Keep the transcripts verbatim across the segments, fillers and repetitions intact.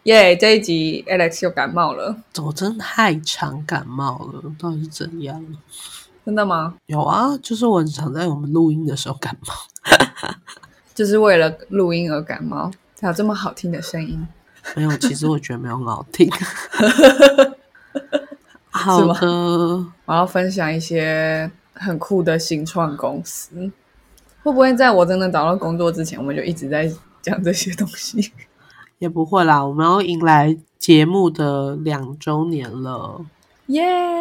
耶、yeah, 这一集 Alex 又感冒了。 我真的太常感冒了，到底是怎样？ 真的吗？ 有啊，就是我很常在我们录音的时候感冒。 就是为了录音而感冒，才有这么好听的声音。 没有，其实我觉得没有很好听。好的， 我要分享一些很酷的新创公司。会不会在我真的找到工作之前，我们就一直在讲这些东西？ 也不会啦，我们要迎来节目的两周年了， 耶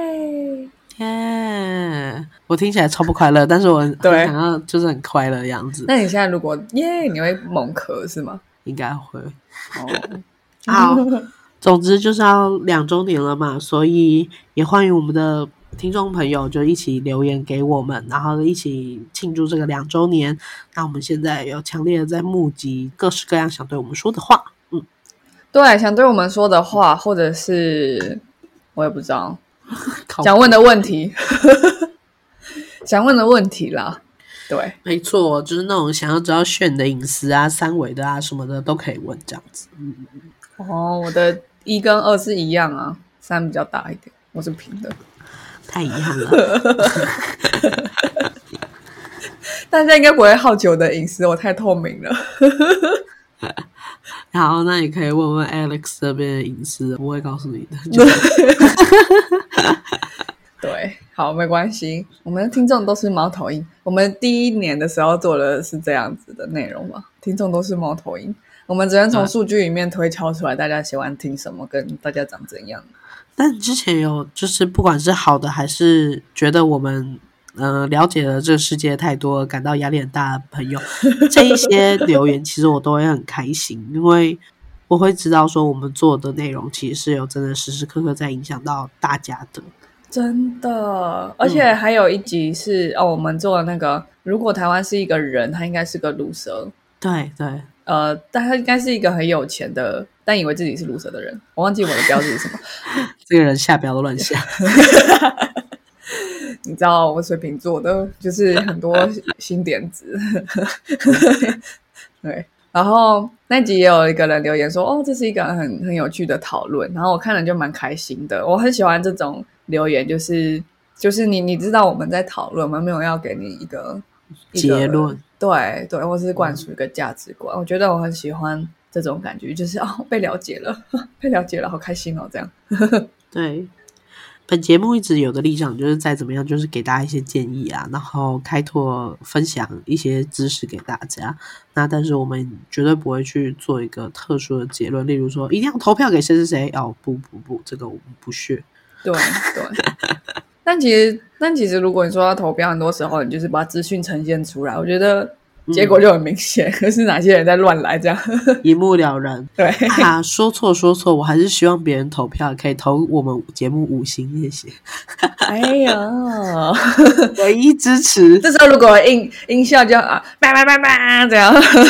耶！我听起来超不快乐，但是我很想要就是很快乐的样子。 那你现在如果耶，你会猛咳是吗？ 应该会。 哦， 好，总之就是要两周年了嘛，所以也欢迎我们的听众朋友就一起留言给我们，然后一起庆祝这个两周年。那我们现在有强烈的在募集各式各样想对我们说的话。嗯， 对，想对我们说的话，或者是我也不知道想问的问题想问的问题啦。对， 没错，就是那种想要知道炫的隐私啊、三维的啊什么的都可以问这样子。嗯， 哦，我的一跟二是一样啊，三比较大一点，我是平的， 太遗憾了。 大家应该不会好奇我的隐私，我太透明了。 好，那你可以问问 Alex 这边的隐私，我会告诉你的。 对，好，没关系，我们的听众都是猫头鹰。我们第一年的时候做的是这样子的内容嘛，听众都是猫头鹰，我们只能从数据里面推敲出来大家喜欢听什么，跟大家长怎样。 但之前有就是不管是好的还是觉得我们呃了解了这个世界太多感到压力很大的朋友，这一些留言其实我都会很开心，因为我会知道说我们做的内容其实是有真的时时刻刻在影响到大家的。 真的，而且还有一集是、嗯、哦，我们做的那个，如果台湾是一个人，他应该是个loser。 对对， 呃，但他应该是一个很有钱的，但以为自己是loser的人。我忘记我的标志是什么。 这个人下标都乱下。 你知道我水瓶座的，就是很多新点子。对。然后那集也有一个人留言说，哦，这是一个很很有趣的讨论，然后我看了就蛮开心的。我很喜欢这种留言，就是就是你你知道我们在讨论，我们没有要给你一个结论， 对对，或是灌输一个价值观、嗯。我觉得我很喜欢这种感觉，就是哦被了解了，被了解了，好开心哦，这样。 对。本节目一直有的立场就是再怎么样就是给大家一些建议啊，然后开拓分享一些知识给大家。那但是我们绝对不会去做一个特殊的结论，例如说一定要投票给谁谁谁。哦，不不不，这个我们不屑。 对对。但其实但其实如果你说要投票，很多时候你就是把资讯呈现出来，我觉得结果就很明显，可、嗯、是哪些人在乱来，这样一目了然。 对啊，说错说错，我还是希望别人投票可以投我们节目五星，谢谢。 哎呀， 唯一支持。 这时候如果音音效就啊，叭叭叭叭这样。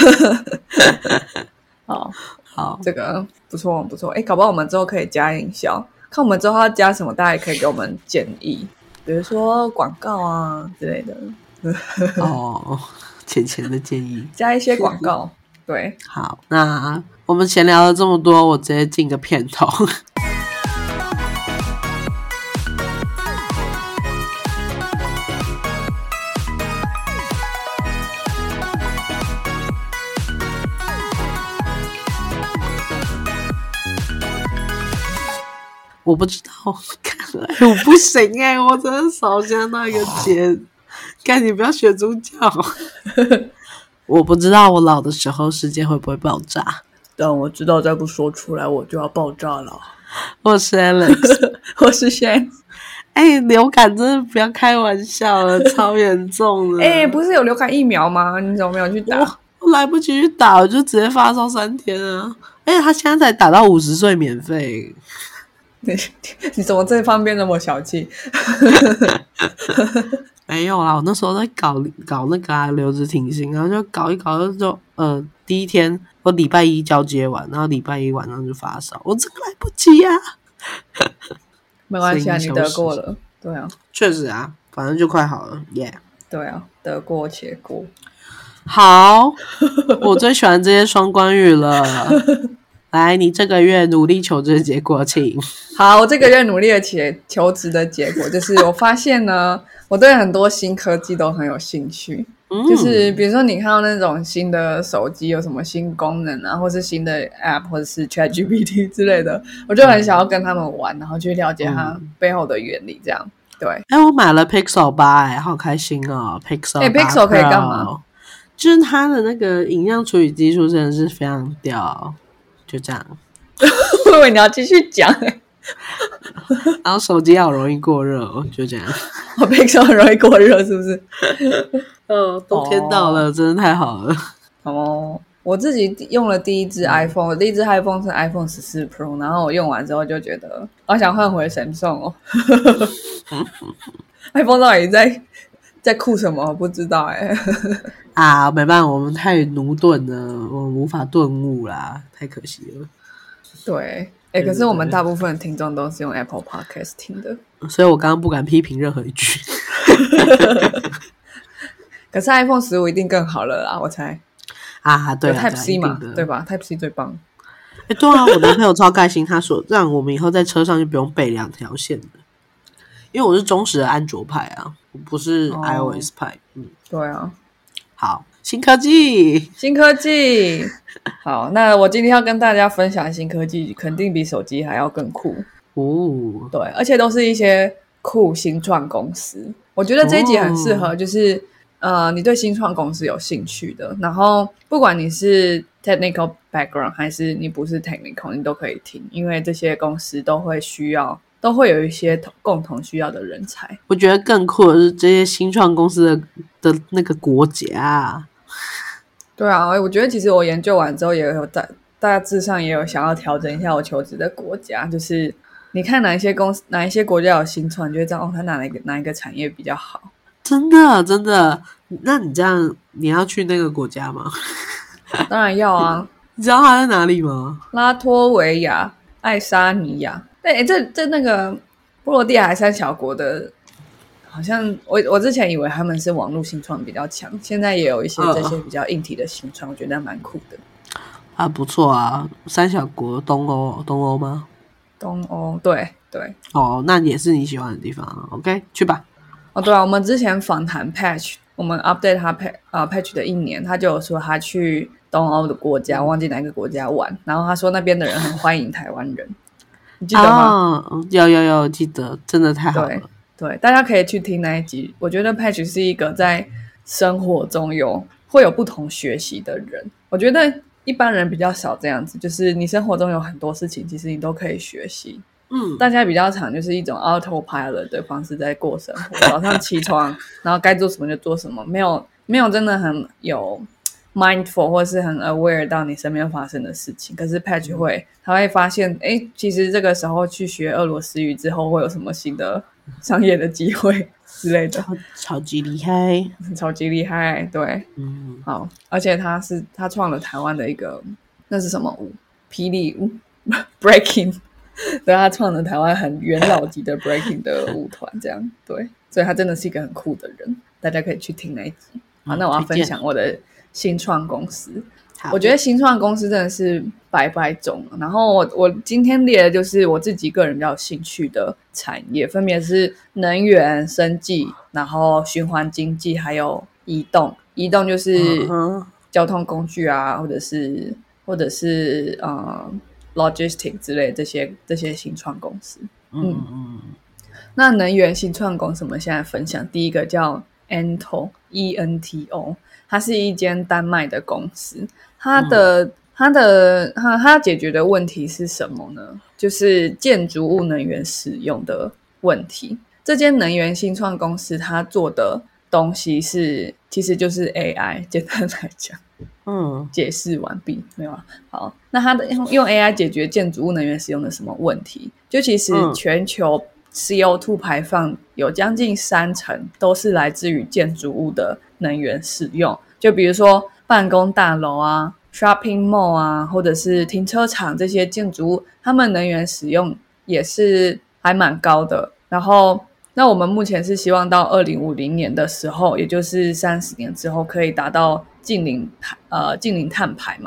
好好，这个不错不错。哎，搞不好我们之后可以加音效，看我们之后要加什么，大家也可以给我们建议，比如说广告啊之类的。 哦。浅浅的建议， 加一些广告。对， 好，那我们闲聊了这么多，我直接进个片头。我不知道，看来我不行哎、欸，我真的少先那个节。干你不要学猪叫。我不知道我老的时候世界会不会爆炸， 但我知道再不说出来我就要爆炸了。 我是 Alex。 我是 Shane。 哎、欸，流感真的不要开玩笑了，超严重的。 哎、欸，不是有流感疫苗吗？你怎么没有去打？ 我, 我来不及去打，我就直接发烧三天啊。而且他现在才打到五十岁免费。 你你怎么这方面那么小气？ 没有啦，我那时候在搞搞那个啊留职停薪，然后就搞一搞就呃第一天我礼拜一交接完，然后礼拜一晚上就发烧，我真的来不及啊。 没关系啊，你得过了。对啊， 确实啊，反正就快好了耶。Yeah. 对啊，得过且过。 好，我最喜欢这些双关语了。 来，你这个月努力求职的结果，请。 好，我这个月努力的求求职的结果就是，我发现呢，我对很多新科技都很有兴趣。嗯、就是比如说，你看到那种新的手机有什么新功能啊，或是新的 App， 或者是 ChatGPT 之类的，我就很想要跟他们玩，然后去了解它背后的原理，这样。对。 哎，我买了 Pixel 八，哎，好开心哦 ！Pixel 八哎 ，Pixel 可以干嘛？ 就是它的那个影像处理技术真的是非常屌，就这样。 我以为你要继续讲、欸， 然后手机好容易过热哦，就这样。 我 Pixel 很容易过热，是不是？ 哦，冬天到了， oh. 真的太好了。 哦，我自己用了第一支 iPhone，、嗯、我第一支 iPhone 是 iPhone 十四 Pro， 然后我用完之后就觉得，我想换回 Samsung 哦。iPhone 到底在在酷什么？我不知道哎、欸。 啊，没办法，我们太驽钝了，我们无法顿悟啦，太可惜了。 对，哎、欸，可是我们大部分听众都是用 Apple Podcast 听的， 所以我刚刚不敢批评任何一句。 可是 iPhone 十五一定更好了啦，我猜。 啊，对啊 ，Type C 嘛，对吧 ？Type C 最棒。 哎、欸，对啊，我男朋友超开心，他说让我们以后在车上就不用背两条线的，因为我是忠实的安卓派啊，我不是 iOS 派。哦、嗯， 对啊。好， 新科技， 新科技。好，那我今天要跟大家分享的新科技，肯定比手机还要更酷哦。 对，而且都是一些酷新创公司。我觉得这一集很适合，就是、哦、呃，你对新创公司有兴趣的，然后不管你是 technical background 还是你不是 technical， 你都可以听，因为这些公司都会需要。都会有一些共同需要的人才。 我觉得更酷的是这些新创公司的的那个国家。 对啊，我觉得其实我研究完之后也有大大致上也有想要调整一下我求职的国家，就是你看哪一些公司哪一些国家有新创，你就会知道哦，它哪一个哪一个产业比较好。 真的真的，那你这样你要去那个国家吗？ 当然要啊。 你知道它在哪里吗？ 拉脱维亚、爱沙尼亚。对，这这那个波罗的海三小国的，好像我我之前以为他们是网络新创比较强，现在也有一些这些比较硬体的新创，呃、我觉得蛮酷的。 啊，不错啊，三小国，东欧，东欧吗？ 东欧，对对。 哦，那也是你喜欢的地方 ，OK， 去吧。 哦，对啊，我们之前访谈 Patch， 我们 update 他 Patch 啊 Patch 的一年，他就有说他去东欧的国家，忘记哪个国家玩，然后他说那边的人很欢迎台湾人。你记得吗？ 哦、有有有，记得，真的太好了。 对对，大家可以去听那一集。我觉得 Patch 是一个在生活中有会有不同学习的人。我觉得一般人比较少这样子，就是你生活中有很多事情，其实你都可以学习。嗯，大家比较常就是一种 autopilot 的方式在过生活，早上起床，然后该做什么就做什么，没有没有真的很有。mindful 或是很 aware 到你身边发生的事情，可是 Patch 会他会发现诶其实这个时候去学俄罗斯语之后会有什么新的商业的机会之类的。 超超级厉害， 超级厉害。对，嗯，好，而且他是他创了台湾的一个那是什么舞？霹雳舞breaking 对，他创了台湾很元老级的 breaking 的舞团，这样。对，所以他真的是一个很酷的人，大家可以去听那一集。好，那我要分享我的新创公司。我觉得新创公司真的是百百种，然后我我今天列的就是我自己个人比较有兴趣的产业，分别是能源、生技，然后循环经济，还有移动。移动就是交通工具啊，或者是或者是呃 logistic 之类的这些这些新创公司。嗯嗯。那能源新创公司我们现在分享第一个叫 Ento E N T O。它是一间丹麦的公司，它的、嗯、它的它它解决的问题是什么呢？就是建筑物能源使用的问题。这间能源新创公司它做的东西是，其实就是 A I， 简单来讲，嗯，解释完毕，没有啊？好，那它的用 A I 解决建筑物能源使用的什么问题？就其实全球 C O 二 排放有将近三成都是来自于建筑物的能源使用，就比如说办公大楼啊、shopping mall 啊，或者是停车场这些建筑物，他们能源使用也是还蛮高的。然后，那我们目前是希望到二零五零年的时候，也就是三十年之后，可以达到净零呃净零碳排嘛。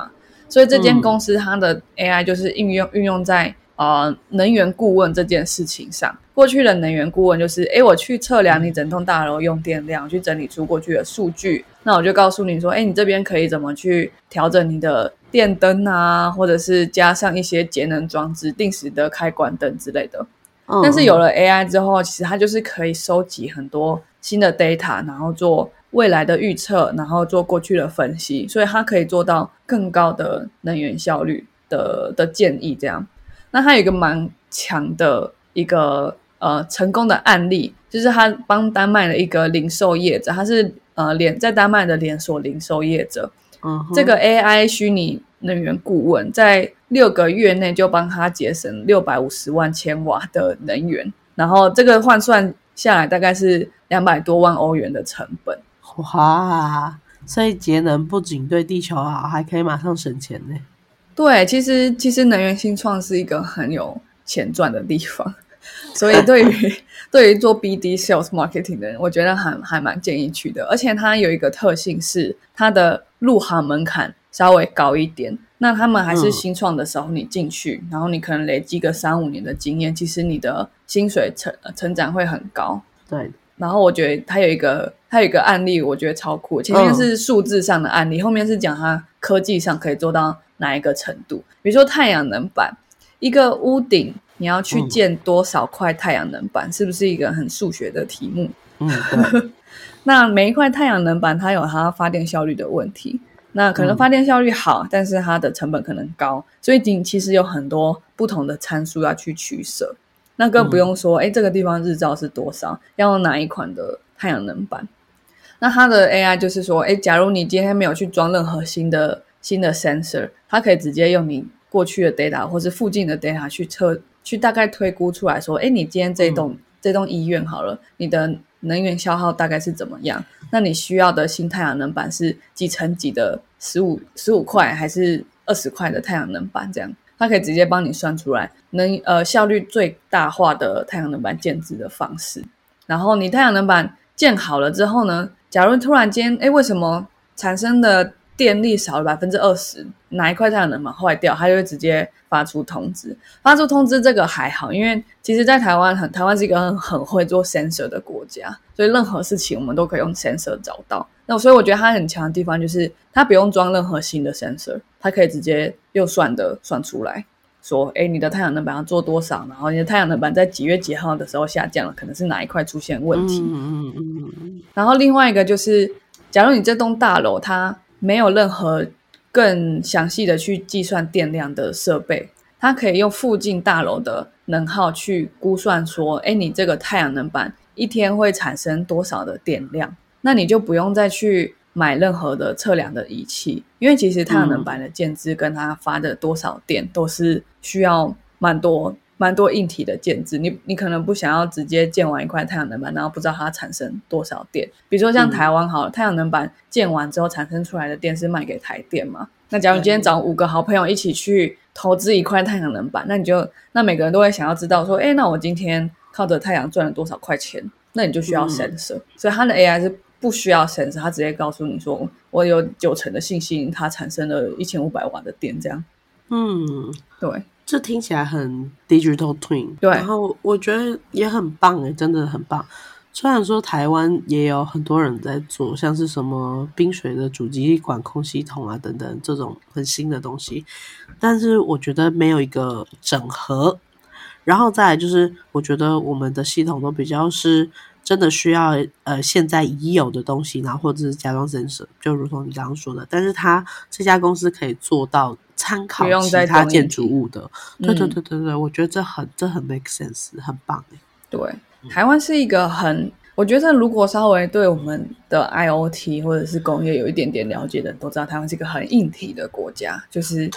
所以这间公司它的 A I 就是运用运用在呃能源顾问这件事情上。过去的能源顾问就是诶我去测量你整栋大楼用电量，去整理出过去的数据，那我就告诉你说诶你这边可以怎么去调整你的电灯啊，或者是加上一些节能装置，定时的开关灯之类的。但是有了 A I 之后，其实它就是可以收集很多新的 data， 然后做未来的预测，然后做过去的分析，所以它可以做到更高的能源效率的的建议这样。那它有一个蛮强的一个呃成功的案例，就是他帮丹麦的一个零售业者，他是呃连在丹麦的连锁零售业者，嗯，这个 A I 虚拟能源顾问在六个月内就帮他节省六百五十万千瓦的能源，然后这个换算下来大概是两百多万欧元的成本。 哇，所以节能不仅对地球好，还可以马上省钱呢。 对，其实其实能源新创是一个很有钱赚的地方，所以对于对于做 B D sales marketing 的人，我觉得还还蛮建议去的。而且它有一个特性是它的入行门槛稍微高一点，那他们还是新创的时候，你进去、嗯、然后你可能累积个三五年的经验，其实你的薪水成成长会很高。 对， 然后我觉得它有一个它有一个案例我觉得超酷，前面是数字上的案例、嗯、后面是讲它科技上可以做到哪一个程度。比如说太阳能板，一个屋顶你要去建多少块太阳能板、嗯、是不是一个很数学的题目？嗯，对。那每一块太阳能板它有它发电效率的问题，那可能发电效率好、嗯、但是它的成本可能高，所以你其实有很多不同的参数要去取舍。那更不用说哎、嗯，这个地方日照是多少，要用哪一款的太阳能板。那它的 A I 就是说哎，假如你今天没有去装任何新的新的 sensor， 它可以直接用你过去的 data 或是附近的 data 去测，去大概推估出来说哎，你今天这栋、嗯、这栋医院好了，你的能源消耗大概是怎么样，那你需要的新太阳能板是几乘几的十五块还是二十块的太阳能板，这样它可以直接帮你算出来能呃效率最大化的太阳能板建置的方式。然后你太阳能板建好了之后呢，假如突然间诶为什么产生的电力少了 百分之二十， 哪一块太阳能板坏掉，它就会直接发出通知。发出通知这个还好，因为其实在台湾很台湾是一个 很, 很会做 sensor 的国家，所以任何事情我们都可以用 sensor 找到。那所以我觉得它很强的地方就是它不用装任何新的 sensor， 它可以直接用算的算出来说诶你的太阳能板要做多少，然后你的太阳能板在几月几号的时候下降了，可能是哪一块出现问题。嗯嗯嗯嗯。然后另外一个就是假如你这栋大楼它没有任何更详细的去计算电量的设备，它可以用附近大楼的能耗去估算说诶你这个太阳能板一天会产生多少的电量，那你就不用再去买任何的测量的仪器，因为其实太阳能板的建置跟它发的多少电都是需要蛮多蛮多硬体的建置，你你可能不想要直接建完一块太阳能板然后不知道它产生多少电。比如说像台湾好了、嗯、太阳能板建完之后产生出来的电是卖给台电嘛，那假如你今天找五个好朋友一起去投资一块太阳能板，那你就那每个人都会想要知道说诶那我今天靠着太阳赚了多少块钱，那你就需要 sensor、嗯、所以它的 A I 是不需要 sensor， 它直接告诉你说我有九成的信心它产生了一千五百瓦的电这样。嗯，对， 这听起来很 digital twin， 对， 然后我觉得也很棒耶，真的很棒。虽然说台湾也有很多人在做，像是什么冰水的主机管控系统啊等等这种很新的东西，但是我觉得没有一个整合。然后再来就是我觉得我们的系统都比较是真的需要呃现在已有的东西，然后或者是加装 sensor， 就如同你刚刚说的，但是它这家公司可以做到参考其他建筑物的，对对对对对，我觉得这很这很 make sense， 很棒耶。 对，台湾是一个很，我觉得如果稍微对我们的 I O T 或者是工业有一点点了解的人都知道，台湾是一个很硬体的国家，就是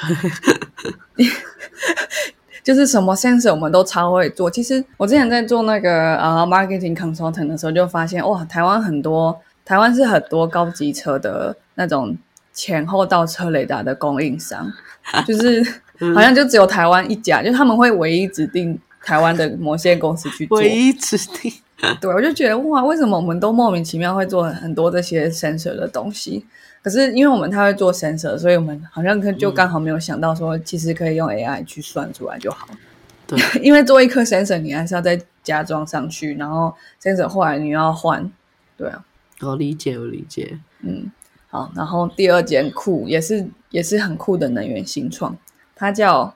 就是什么 sensor 我们都超会做。其实我之前在做那个呃 marketing consultant 的时候就发现，哇，台湾很多台湾是很多高级车的那种前后倒车雷达的供应商，就是好像就只有台湾一家，就他们会唯一指定台湾的某些公司去做， 唯一指定。 对，我就觉得哇，为什么我们都莫名其妙会做很多这些 sensor 的东西？ 可是因为我们太会做 sensor， 所以我们好像就刚好没有想到说其实可以用 A I 去算出来就好。 对， 因为做一颗 sensor 你还是要再加装上去，然后 sensor 后来你要换。对啊， 我理解我理解。 嗯，好，然后第二间酷也是也是很酷的能源新创，它叫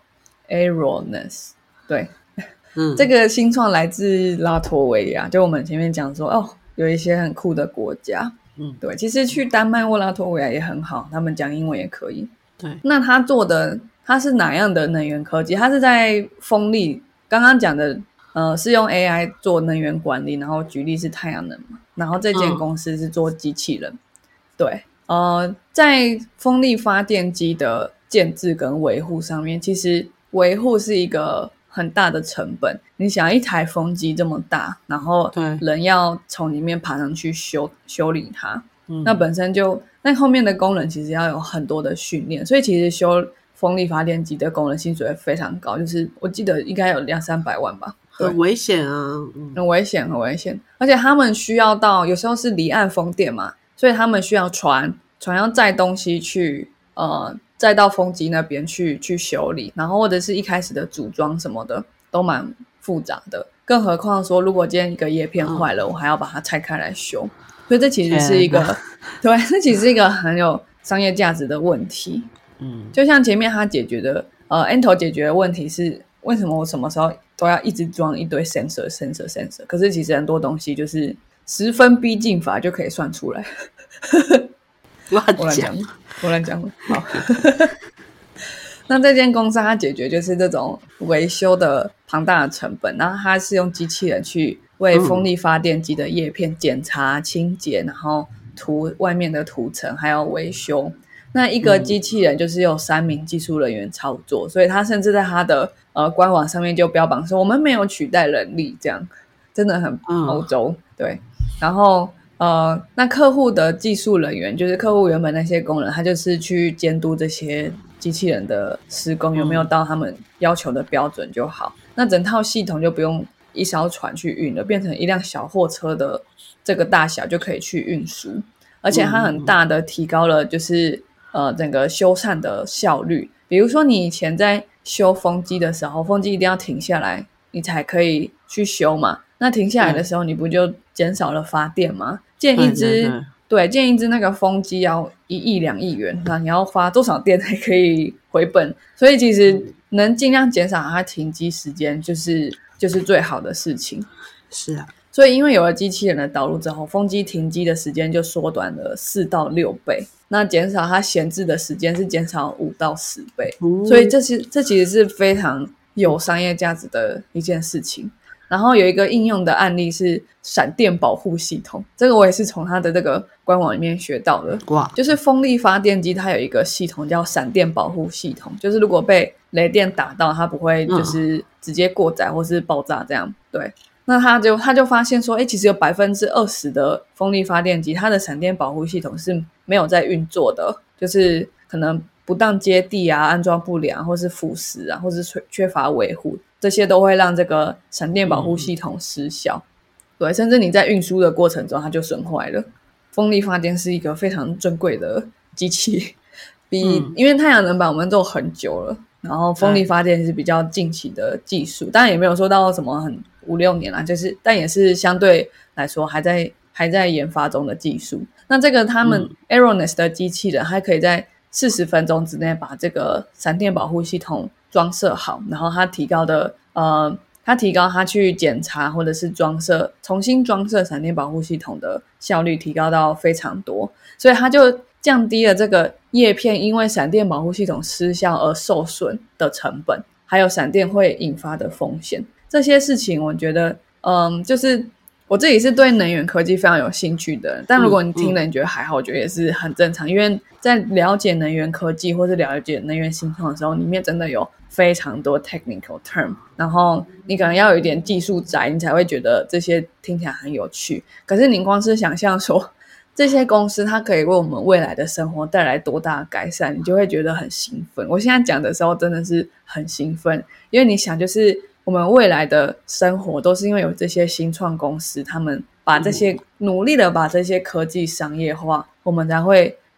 Aerones。 对， 嗯， 这个新创来自拉脱维亚，就我们前面讲说哦，有一些很酷的国家。 嗯， 对，其实去丹麦或拉脱维亚也很好，他们讲英文也可以。 对， 那他做的他是哪样的能源科技？他是在风力，刚刚讲的呃是用 A I 做能源管理，然后举例是太阳能嘛，然后这间公司是做机器人。嗯、对，呃，在风力发电机的建制跟维护上面，其实维护是一个很大的成本。你想一台风机这么大，然后人要从里面爬上去修修理它，嗯、那本身就那后面的工人其实要有很多的训练，所以其实修风力发电机的工人薪水非常高，就是我记得应该有两三百万吧。 很危险啊、 嗯、很危险很危险，而且他们需要到有时候是离岸风电嘛，所以他们需要船船要载东西去呃载到风机那边去去修理，然后或者是一开始的组装什么的都蛮复杂的，更何况说如果今天一个叶片坏了、嗯、我还要把它拆开来修，所以这其实是一个对，这其实是一个很有商业价值的问题。嗯，就像前面他解决的呃 Ento 解决的问题是为什么我什么时候都要一直装一堆 sensor sensor sensor， 可是其实很多东西就是十分逼近法就可以算出来。 乱讲我乱讲了好那这间公司它解决就是这种维修的庞大的成本，然后它是用机器人去为风力发电机的叶片检查、清洁，然后涂外面的涂层还有维修。那一个机器人就是有三名技术人员操作、嗯、所以他甚至在他的呃官网上面就标榜说我们没有取代人力，这样真的很欧洲、嗯、对。然后呃，那客户的技术人员就是客户原本那些工人，他就是去监督这些机器人的施工有没有到他们要求的标准就好、嗯、那整套系统就不用一艘船去运了，变成一辆小货车的这个大小就可以去运输，而且它很大的提高了就是呃，整个修缮的效率。比如说你以前在修风机的时候，风机一定要停下来你才可以去修嘛，那停下来的时候你不就减少了发电吗？建一支 对, 对, 对, 对建一支那个风机要一亿两亿元，那你要发多少电才可以回本？所以其实能尽量减少它停机时间就是就是最好的事情。 是啊， 所以因为有了机器人的导入之后，风机停机的时间就缩短了四到六倍，那减少它闲置的时间是减少五到十倍、嗯、所以这是这其实是非常有商业价值的一件事情。然后有一个应用的案例是闪电保护系统，这个我也是从它的这个官网里面学到的。哇，就是风力发电机它有一个系统叫闪电保护系统，就是如果被雷电打到它不会就是直接过载或是爆炸这样、嗯、对。那他就他就发现说，哎，其实有 百分之二十 的风力发电机它的闪电保护系统是没有在运作的，就是可能不当接地啊、安装不良或是腐蚀啊，或是缺乏维护，这些都会让这个闪电保护系统失效、嗯、对，甚至你在运输的过程中它就损坏了。风力发电是一个非常珍贵的机器，比、嗯、因为太阳能板我们做很久了，然后风力发电是比较近期的技术，当然也没有说到什么很五六年啦，就是但也是相对来说还在还在研发中的技术。那这个他们 Aerones 的机器人还可以在四十分钟之内把这个闪电保护系统装设好，然后它提高的呃，它提高它去检查或者是装设重新装设闪电保护系统的效率提高到非常多，所以它就降低了这个叶片因为闪电保护系统失效而受损的成本，还有闪电会引发的风险。这些事情我觉得嗯，就是我自己是对能源科技非常有兴趣的人，但如果你听了你觉得还好、嗯嗯、我觉得也是很正常，因为在了解能源科技或是了解能源新创的时候，里面真的有非常多 technical term， 然后你可能要有一点技术宅你才会觉得这些听起来很有趣。可是你光是想象说这些公司它可以为我们未来的生活带来多大的改善，你就会觉得很兴奋。我现在讲的时候真的是很兴奋，因为你想就是我们未来的生活都是因为有这些新创公司他们把这些、嗯、努力的把这些科技商业化，我们才会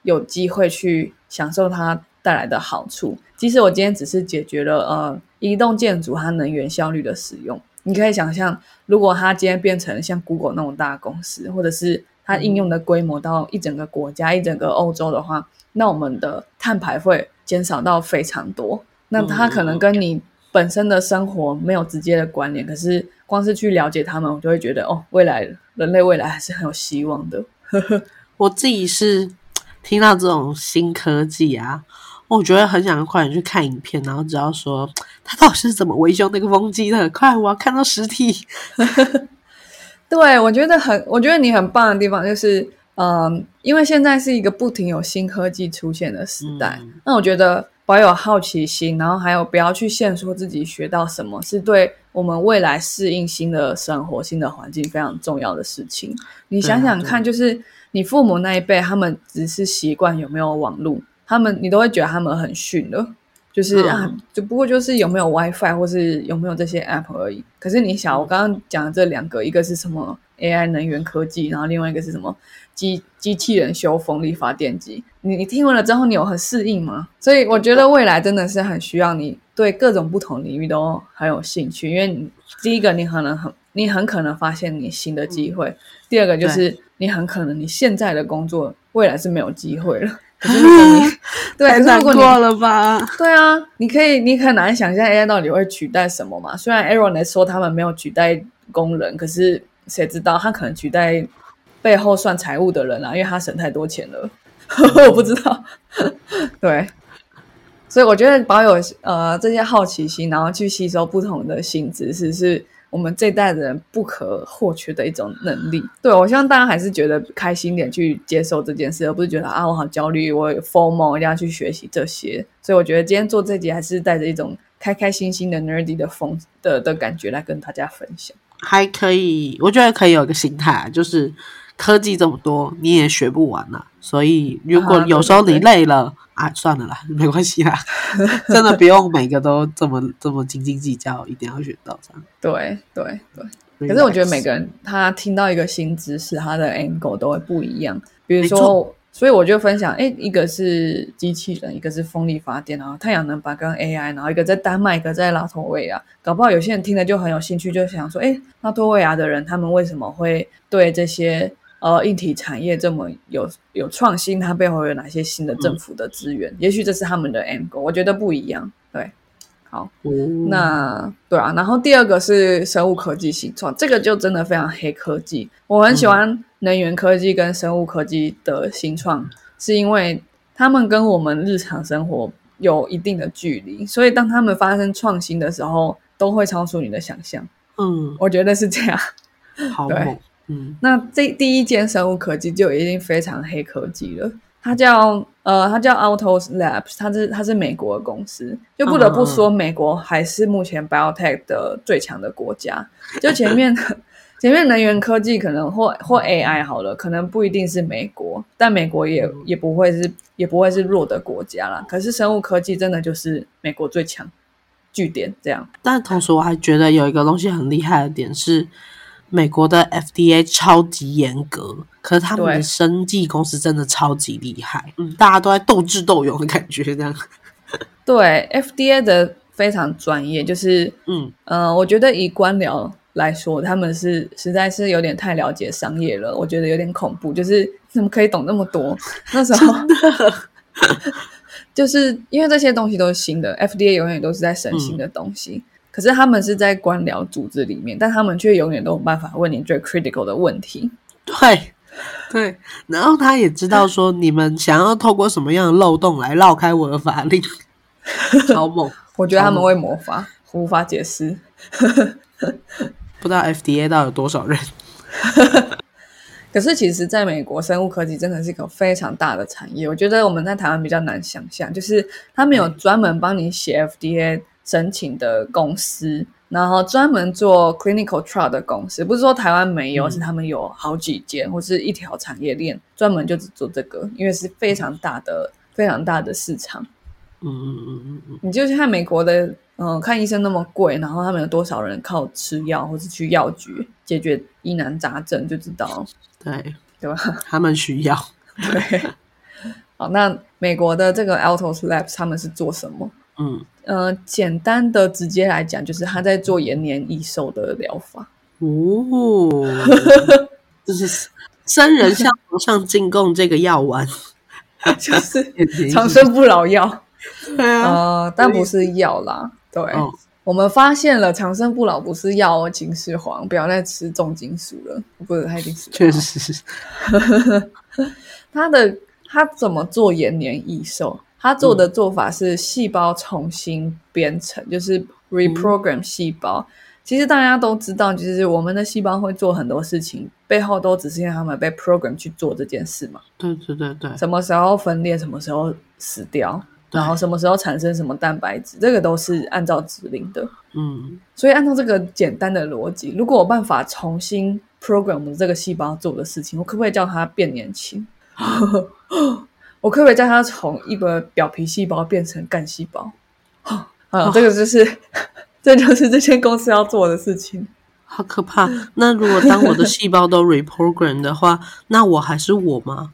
有机会去享受它带来的好处。即使我今天只是解决了呃移动建筑它能源效率的使用，你可以想象，如果它今天变成像 Google 那种大的公司，或者是它应用的规模到一整个国家、一整个欧洲的话，那我们的碳排会减少到非常多。那它可能跟你本身的生活没有直接的关联，可是光是去了解他们，我就会觉得哦，未来人类未来还是很有希望的。 我自己是听到这种新科技啊，我觉得很想快点去看影片，然后知道说他到底是怎么维修那个风机的，快我要看到实体。 对，我觉得很，我觉得你很棒的地方就是，嗯，因为现在是一个不停有新科技出现的时代，嗯、那我觉得保有好奇心，然后还有不要去限缩自己学到什么，是对我们未来适应新的生活、新的环境非常重要的事情。你想想看，就是你父母那一辈，他们只是习惯有没有网络，他们你都会觉得他们很逊了。就是、嗯、啊，就不过就是有没有 WiFi 或是有没有这些 App 而已。可是你想，我刚刚讲的这两个，一个是什么 A I 能源科技，然后另外一个是什么机机器人修风力发电机。你你听完了之后，你有很适应吗？所以我觉得未来真的是很需要你对各种不同领域都很有兴趣，因为你第一个你可能很你很可能发现你新的机会，第二个就是你很可能你现在的工作未来是没有机会了。可是如果你对， 太难过了吧？ 对啊，你可以，你很难想象 A I 到底会取代什么嘛？虽然 Aaron 说他们没有取代工人，可是谁知道他可能取代背后算财务的人啊，因为他省太多钱了。我不知道，对，所以我觉得保有呃这些好奇心，然后去吸收不同的新知识是。我们这一代的人不可或缺的一种能力。对，我希望大家还是觉得开心点去接受这件事，而不是觉得啊我好焦虑，我有 FOMO 一定要去学习这些。所以我觉得今天做这集还是带着一种开开心心的 nerdy 的风的的感觉来跟大家分享。 还可以，我觉得可以有一个心态，就是科技这么多你也学不完啊，所以如果有时候你累了、啊、对对对啊算了啦，没关系啦真的不用每个都这么这么斤斤计较一定要学到这样。 对对对，可是我觉得每个人他听到一个新知识他的 angle 都会不一样，比如说所以我就分享诶一个是机器人，一个是风力发电，然后太阳能板跟 A I， 然后一个在丹麦，一个在拉脱维亚。搞不好有些人听了就很有兴趣，就想说诶拉脱维亚的人他们为什么会对这些呃硬体产业这么有有创新，它背后有哪些新的政府的资源、嗯、也许这是他们的 angle， 我觉得不一样。对，好、哦、那对啊，然后第二个是生物科技新创，这个就真的非常黑科技。我很喜欢能源科技跟生物科技的新创，是因为他们跟我们日常生活有一定的距离，所以当他们发生创新的时候都会超出你的想象。嗯，我觉得是这样。 好猛。嗯， 那这第一间生物科技就已经非常黑科技了，它叫呃，它叫 Autos Labs， 它是它是美国的公司，就不得不说，美国还是目前 biotech 的最强的国家。就前面前面能源科技可能或或 A I 好了，可能不一定是美国，但美国也也不会是也不会是弱的国家啦。可是生物科技真的就是美国最强据点这样。 但同时我还觉得有一个东西很厉害的点是。美国的 F D A 超级严格，可是他们的生技公司真的超级厉害，嗯，大家都在斗智斗勇的感觉这样。 对 F D A 的非常专业，就是嗯呃，我觉得以官僚来说，他们是实在是有点太了解商业了，我觉得有点恐怖，就是怎么可以懂那么多？那时候就是因为这些东西都是新的 ，F D A 永远都是在审新的东西。嗯，可是他们是在官僚组织里面，但他们却永远都有办法问你最 critical 的问题。 对对，然后他也知道说你们想要透过什么样的漏洞来绕开我的法令。超猛。 我觉得他们会魔法，无法解释。 不知道 F D A 到底有多少人。 可是其实在美国生物科技真的是一个非常大的产业，我觉得我们在台湾比较难想象，就是他们有专门帮你写 F D A申请的公司，然后专门做 clinical trial 的公司，不是说台湾没有、嗯、是他们有好几间或是一条产业链专门就只做这个，因为是非常大的非常大的市场。嗯嗯嗯嗯，你就看美国的嗯，看医生那么贵，然后他们有多少人靠吃药或是去药局解决疑难杂症就知道。 对对吧？ 他们需要。 对好，那美国的这个 Altos Labs 他们是做什么？ 嗯， 呃，简单的直接来讲，就是他在做延年益寿的疗法。 哦，就是生人向皇上进贡这个药丸， 就是长生不老药。 对啊， 呃，但不是药啦。对、哦，我们发现了长生不老不是药哦，金世皇，不要再吃重金属了。不是，他一定死了。 确实， 他的他怎么做延年益寿？他做的做法是细胞重新编程，就是 reprogram 细胞。嗯，其实大家都知道，就是我们的细胞会做很多事情，背后都只是因为他们被 program 去做这件事嘛。 对对对对， 什么时候分裂，什么时候死掉，然后什么时候产生什么蛋白质，这个都是按照指令的。嗯，所以按照这个简单的逻辑，如果我有办法重新 program 这个细胞做的事情，我可不可以叫它变年轻？我可不可以叫它从一个表皮细胞变成干细胞？啊，这个就是这就是这间公司要做的事情。 好可怕！那如果当我的细胞都 reprogram 的话，那我还是我吗？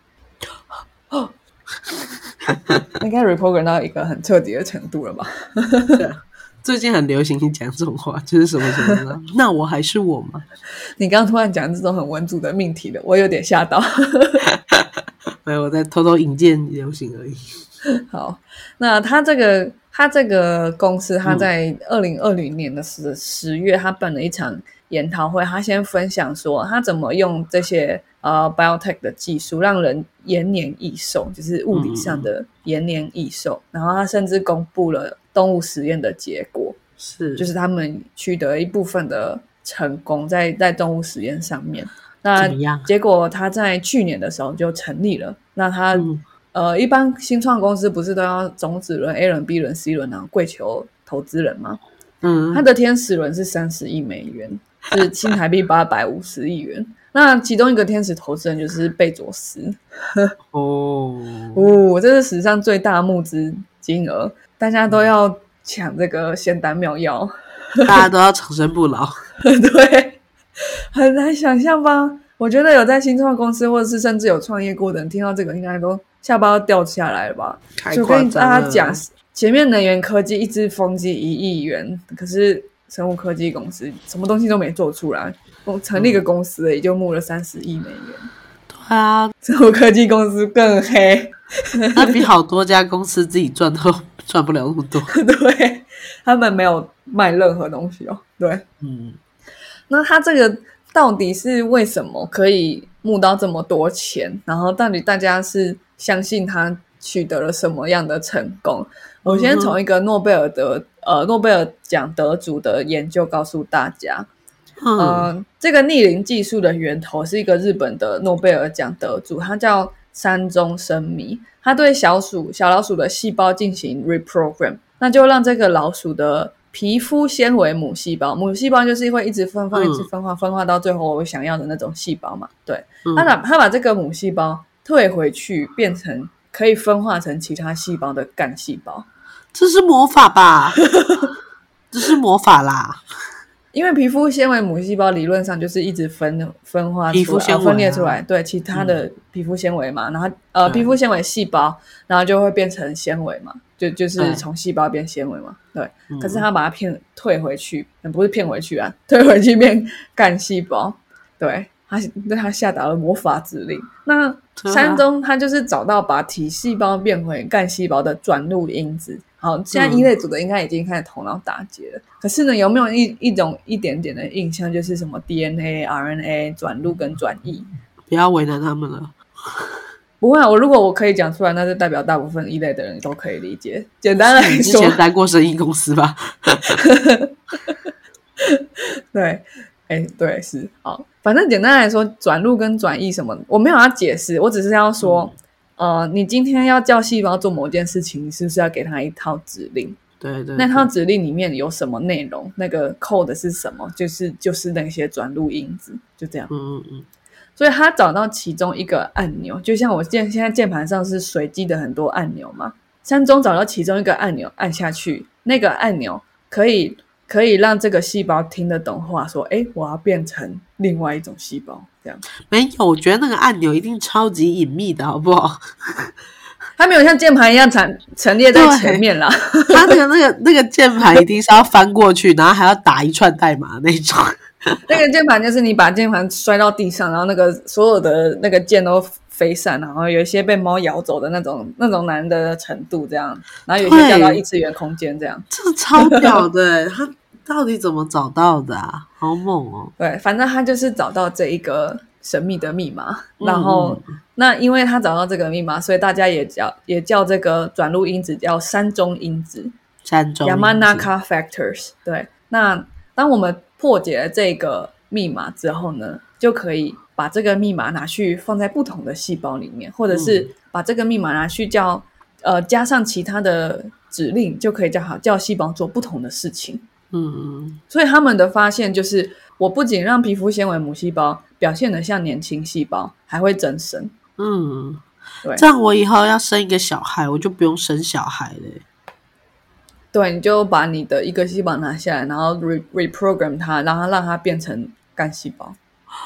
应该 reprogram 到一个很彻底的程度了吧？ 对，最近很流行讲这种话，就是什么什么呢？那我还是我吗？ 你刚刚突然讲这种很文组的命题的，我有点吓到。 没有，我在偷偷引荐流行而已。 好，那他这个他这个公司，他在二零二零年的十十月，他办了一场研讨会，他先分享说他怎么用这些呃 biotech 的技术让人延年益寿，就是物理上的延年益寿。嗯、然后他甚至公布了动物实验的结果， 是就是他们取得一部分的成功在在动物实验上面。那结果他在去年的时候就成立了。那他、嗯、呃，一般新创公司不是都要种子轮 A 轮 B 轮 C 轮然后跪求投资人吗？嗯，他的天使轮是三十亿美元，是新台币八百五十亿元。那其中一个天使投资人就是贝佐斯。哦哦，这是史上最大募资金额，大家都要抢这个仙丹妙药， 大家都要长生不老。 对，很难想象吧？我觉得有在新创公司或者是甚至有创业过的人听到这个应该都下巴要掉下来了吧。就跟大家讲，前面能源科技一支风机一亿元，可是生物科技公司什么东西都没做出来，成立一个公司也就募了三十亿美元。 对啊， 生物科技公司更黑。 那比好多家公司自己赚都赚不了那么多。 对，他们没有卖任何东西哦。对，嗯，那他这个到底是为什么可以募到这么多钱？然后到底大家是相信他取得了什么样的成功？我先从一个诺贝尔的呃诺贝尔奖得主的研究告诉大家。嗯、呃，这个逆龄技术的源头是一个日本的诺贝尔奖得主，他叫山中生弥。他对小鼠小老鼠的细胞进行 reprogram， 那就让这个老鼠的皮肤纤维母细胞，母细胞就是会一直分化、嗯、一直分化分化到最后我想要的那种细胞嘛。对，嗯、他把他把这个母细胞退回去，变成可以分化成其他细胞的干细胞。 这是魔法吧？这是魔法啦！ 因为皮肤纤维母细胞理论上就是一直分分化出来、 皮肤纤维、啊、 分裂出来，对其他的皮肤纤维嘛，嗯、然后呃皮肤纤维细胞，然后就会变成纤维嘛，就就是从细胞变纤维嘛，对。嗯、可是他把它骗退回去，不是骗回去啊，退回去变干细胞，对。他对他下达了魔法指令。那山中他就是找到把体细胞变回干细胞的转录因子。好，现在一类组的应该已经开始头脑打结了。嗯、可是呢，有没有一一种一点点的印象，就是什么 D N A、R N A 转录跟转译？ 不要为难他们了。 不会啊，我如果我可以讲出来，那就代表大部分一类的人都可以理解。简单来说， 你之前待过生意公司吧？ 对。哎，对，是好，反正简单来说，转录跟转译什么，我没有要解释，我只是要说，嗯、呃，你今天要叫细胞做某件事情，你是不是要给它一套指令？ 对 对, 对， 那套指令里面有什么内容？那个 code 是什么？就是就是那些转录因子，就这样。嗯嗯嗯。所以他找到其中一个按钮，就像我现在键盘上是随机的很多按钮嘛，山中找到其中一个按钮，按下去，那个按钮可以。可以让这个细胞听得懂话，说诶我要变成另外一种细胞，这样。 没有，我觉得那个按钮一定超级隐秘的好不好？ 它没有像键盘一样陈陈列在前面啦。 它那个那个那个键盘一定是要翻过去，然后还要打一串代码那种。 那个键盘就是你把键盘摔到地上，然后那个所有的那个键都飞散，然后有一些被猫咬走的那种那种难的程度这样，然后有些掉到异次元空间这样。 这超屌的，他到底怎么找到的啊？好猛哦！ 对，反正他就是找到这一个神秘的密码，然后、嗯、那因为他找到这个密码，所以大家也叫也叫这个转录因子叫山中因子， 山中因子 Yamanaka factors。对，那当我们破解了这个密码之后呢，就可以把这个密码拿去放在不同的细胞里面，或者是把这个密码拿去叫呃加上其他的指令，就可以叫好叫细胞做不同的事情。嗯，所以他们的发现就是，我不仅让皮肤纤维母细胞表现得像年轻细胞，还会增生。 嗯，对，这样我以后要生一个小孩，我就不用生小孩了。 对，你就把你的一个细胞拿下来，然后 re reprogram 它，让它让它变成干细胞。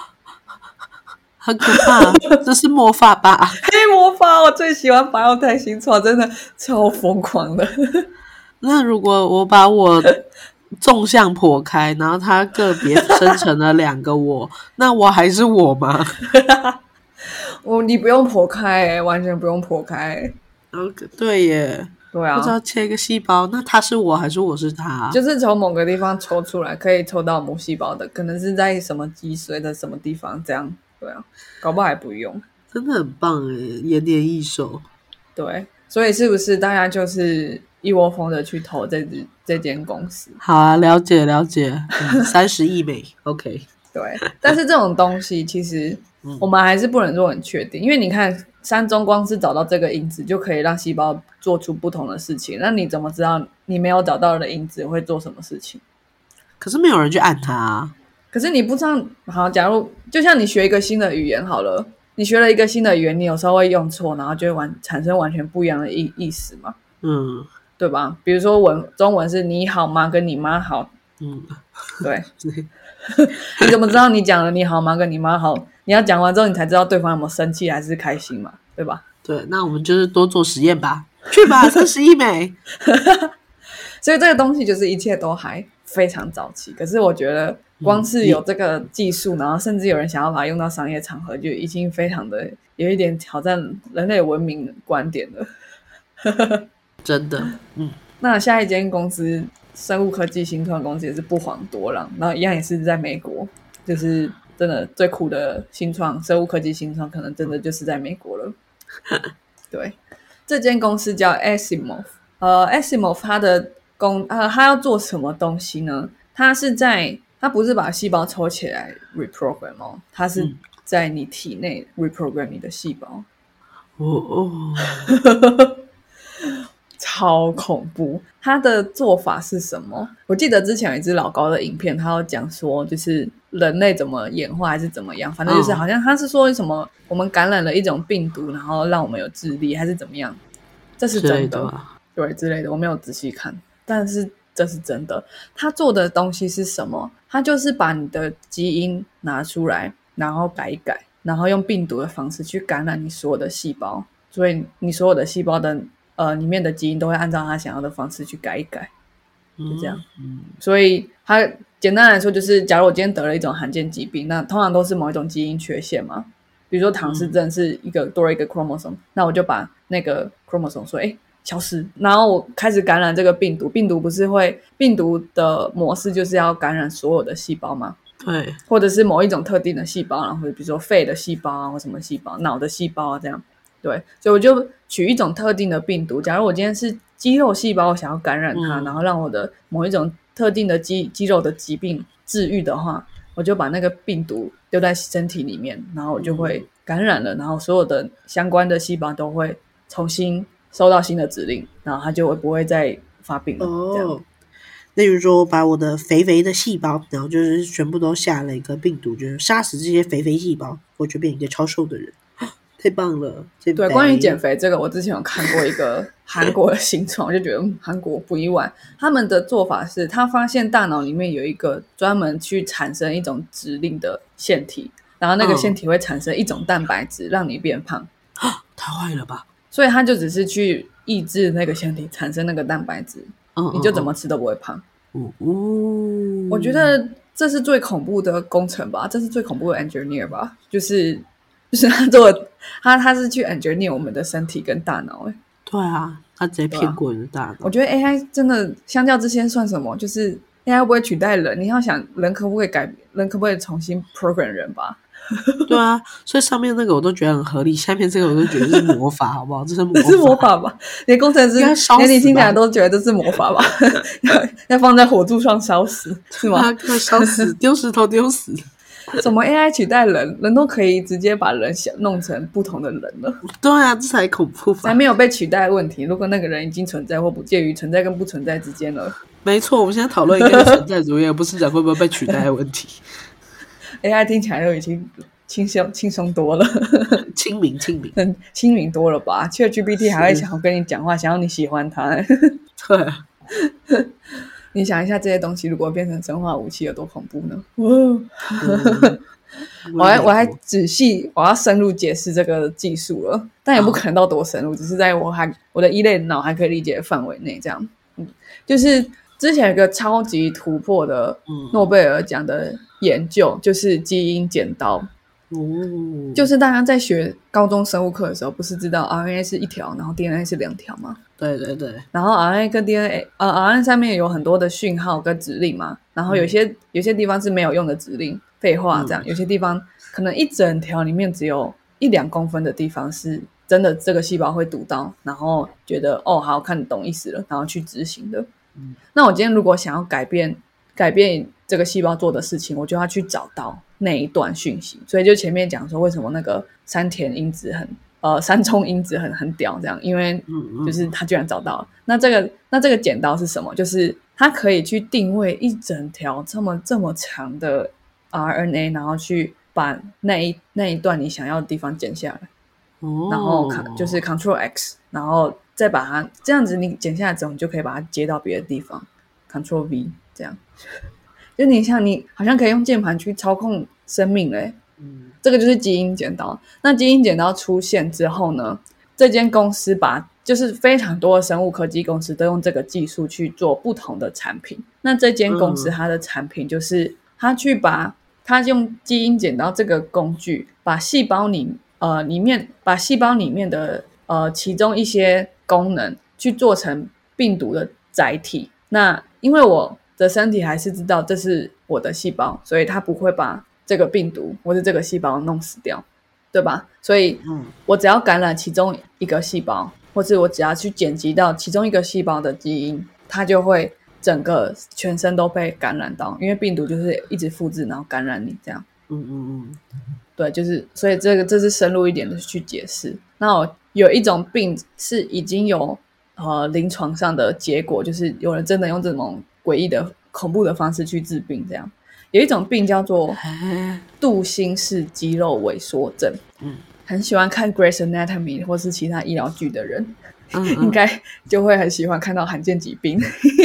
很可怕，这是魔法吧？ 黑魔法，我最喜欢Biotech新创，真的超疯狂的。 那如果我把我纵向剖开，然后它个别生成了两个我，那我还是我吗？ 我你不用剖开、欸，完全不用剖开、 欸。对耶， 对啊， 不知道切一个细胞，那他是我还是我是他？ 就是从某个地方抽出来，可以抽到母细胞的，可能是在什么脊髓的什么地方，这样对啊，搞不好还不用， 真的很棒耶，延年益寿。 对，所以是不是大家就是一窝蜂的去投这这间公司？ 好啊，了解了解，三十亿美，OK。 对，但是这种东西其实我们还是不能说很确定，因为你看山中光是找到这个因子就可以让细胞做出不同的事情，那你怎么知道你没有找到的因子会做什么事情？ 可是没有人去按它啊。 可是你不知道，好，假如就像你学一个新的语言好了，你学了一个新的语言，你有时候会用错，然后就会完产生完全不一样的 意, 意思嘛，嗯，对吧？比如说文中文是你好吗跟你妈好，嗯，对。你怎么知道你讲了你好吗跟你妈好？你要讲完之后你才知道对方有没有生气还是开心嘛，对吧？ 对，那我们就是多做实验吧，去吧，三十亿美。 所以这个东西就是一切都还非常早期，可是我觉得光是有这个技术、嗯、然后甚至有人想要把它用到商业场合，就已经非常的有一点挑战人类文明观点了。真的，嗯。那下一间公司生物科技新创公司也是不遑多让，然后一样也是在美国，就是真的最酷的新创生物科技新创可能真的就是在美国了。对，这间公司叫 Asimov， 呃 Asimov 它的公呃它要做什么东西呢？它是在它不是把细胞抽起来 reprogram 哦，它是在你体内 reprogram 你的细胞。哦哦。超恐怖！他的做法是什么？我记得之前有一支老高的影片，他有讲说，就是人类怎么演化还是怎么样，反正就是好像他是说什么，我们感染了一种病毒，然后让我们有智力，还是怎么样？这是真的，对之类的，我没有仔细看，但是这是真的。他做的东西是什么？他就是把你的基因拿出来，然后改一改，然后用病毒的方式去感染你所有的细胞，所以你所有的细胞的。呃，里面的基因都会按照他想要的方式去改一改，就这样。嗯，所以他简单来说就是，假如我今天得了一种罕见疾病，那通常都是某一种基因缺陷嘛。比如说唐氏症是一个多了一个 chromosome， 那我就把那个 chromosome 说，哎，消失，然后我开始感染这个病毒。病毒不是会，病毒的模式就是要感染所有的细胞吗？对，或者是某一种特定的细胞，然后或者比如说肺的细胞啊，或什么细胞，脑的细胞啊，这样。对，所以我就取一种特定的病毒，假如我今天是肌肉细胞，我想要感染它、嗯、然后让我的某一种特定的 肌, 肌肉的疾病治愈的话，我就把那个病毒丢在身体里面，然后我就会感染了、嗯、然后所有的相关的细胞都会重新收到新的指令，然后它就会不会再发病了、哦、这样。 例如说把我的肥肥的细胞，然后就是全部都下了一个病毒，就是杀死这些肥肥细胞，我就变一个超瘦的人。太棒了！对， 关于减肥这个，我之前有看过一个韩国的新创，我就觉得、嗯、韩国不意外。他们的做法是，他发现大脑里面有一个专门去产生一种指令的腺体，然后那个腺体会产生一种蛋白质，让你变胖。 太坏了吧！ 所以它就只是去抑制那个腺体产生那个蛋白质， 嗯你就怎么吃都不会胖。 嗯嗯， 我觉得这是最恐怖的工程吧，这是最恐怖的 engineer 吧，就是就是他做他他是去 engineer 我们的身体跟大脑、欸、 对啊，他直接骗过你的大脑、啊、 我觉得 A I 真的相较之前算什么，就是 A I 不会取代人，你要想人可不可以改人可不可以重新 program 人吧。 对啊，所以上面那个我都觉得很合理，下面这个我都觉得是魔法好不好？这是魔法， 这是魔法吧？连工程师连你听起来都觉得这是魔法吧？要, 要放在火柱上烧死是吗？ 快烧死，丢石头丢死。 怎么 A I 取代人，人都可以直接把人想弄成不同的人了？ 对啊，这才恐怖吧？ 还没有被取代的问题，如果那个人已经存在或不介于存在跟不存在之间了。 没错，我们现在讨论一个存在主义，而不是讲会不会被取代的问题。 A I 听起来都已经轻松轻松多了， 亲民亲民， 很亲民多了吧 ？ChatGPT 还会想要跟你讲话，想要你喜欢它。 对啊， 你想一下，这些东西如果变成生化武器，有多恐怖呢？ 嗯、 我还我还仔细，我要深入解释这个技术了，但也不可能到多深入，只是在我还我的一类脑还可以理解的范围内，这样。嗯，就是之前有一个超级突破的诺贝尔奖的研究，就是基因剪刀。 哦， 就是大家在学高中生物课的时候，不是知道 R N A 是一条，然后 D N A 是两条吗？ 对对对， 然后 R N A 跟 D N A 呃 R N A 上面有很多的讯号跟指令嘛，然后有些、嗯、有些地方是没有用的指令，废话这样、嗯、有些地方可能一整条里面只有一两公分的地方是真的这个细胞会读到，然后觉得哦好看懂意思了，然后去执行的、嗯、那我今天如果想要改变改变这个细胞做的事情，我就要去找到那一段讯息，所以就前面讲说为什么那个山田因子很呃山冲因子很很屌这样，因为就是他居然找到了。那这个那这个剪刀是什么？就是它可以去定位一整条这么这么长的 R N A， 然后去把那一那一段你想要的地方剪下来，哦、然后就是 Control X， 然后再把它这样子你剪下来之后，你就可以把它接到别的地方 ，Control V 这样。就你像你好像可以用键盘去操控生命嘞、嗯，这个就是基因剪刀。那基因剪刀出现之后呢，这间公司把就是非常多的生物科技公司都用这个技术去做不同的产品。那这间公司它的产品就是它去把它用基因剪刀这个工具，把细胞里呃里面把细胞里面的呃其中一些功能去做成病毒的载体。那因为我的身体还是知道这是我的细胞，所以它不会把这个病毒或是这个细胞弄死掉，对吧？所以我只要感染其中一个细胞，或是我只要去剪辑到其中一个细胞的基因，它就会整个全身都被感染到，因为病毒就是一直复制然后感染你这样。嗯嗯嗯，对，就是所以这个这是深入一点的去解释。那我有一种病是已经有呃临床上的结果，就是有人真的用这种诡异的恐怖的方式去治病，这样有一种病叫做杜欣氏肌肉萎缩症。嗯，很喜欢看 Grey's Anatomy 或是其他医疗剧的人，嗯嗯应该就会很喜欢看到罕见疾病。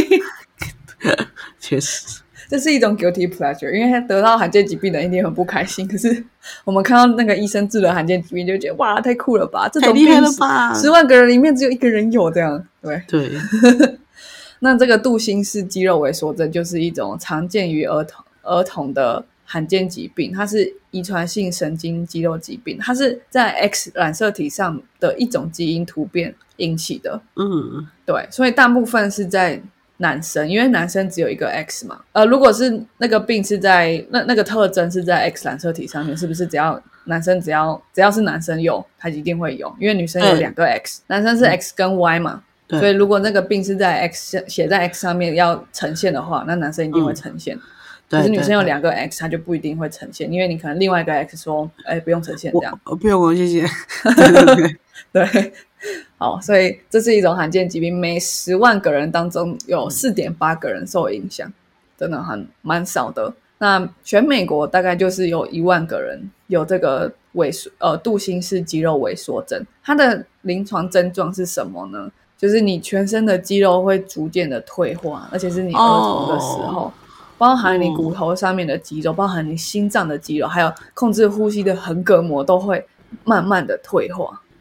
确实， 这是一种 guilty pleasure， 因为得到罕见疾病的人一定很不开心。可是我们看到那个医生治了罕见疾病，就觉得哇，太酷了吧！这种病太厉害了吧！ 十万个人里面只有一个人有这样，对对。 那这个杜欣氏肌肉萎缩症就是一种常见于儿童儿童的罕见疾病，它是遗传性神经肌肉疾病，它是在 X 染色体上的一种基因突变引起的。嗯，对，所以大部分是在男生，因为男生只有一个 X 嘛。呃，如果是那个病是在那那个特征是在 X 染色体上面，是不是只要男生只要只要是男生有，他一定会有？因为女生有两个 X，、嗯、男生是 X 跟 Y 嘛。所以如果那个病是在 X 写在 X 上面要呈现的话，那男生一定会呈现、嗯、可是女生有两个 X 它就不一定会呈现，因为你可能另外一个 X 说哎不用呈现这样， 我不用我谢谢。 对对对对，好，所以这是一种罕见疾病，每十万个人当中有 四点八 个人受影响，真的很蛮少的。那全美国大概就是有一万个人有这个萎缩呃杜欣氏肌肉萎缩症，它的临床症状是什么呢？就是你全身的肌肉会逐渐的退化，而且是你儿童的时候、oh. 包含你骨头上面的肌肉、oh. 包含你心脏的肌肉，还有控制呼吸的横膈膜都会慢慢的退化。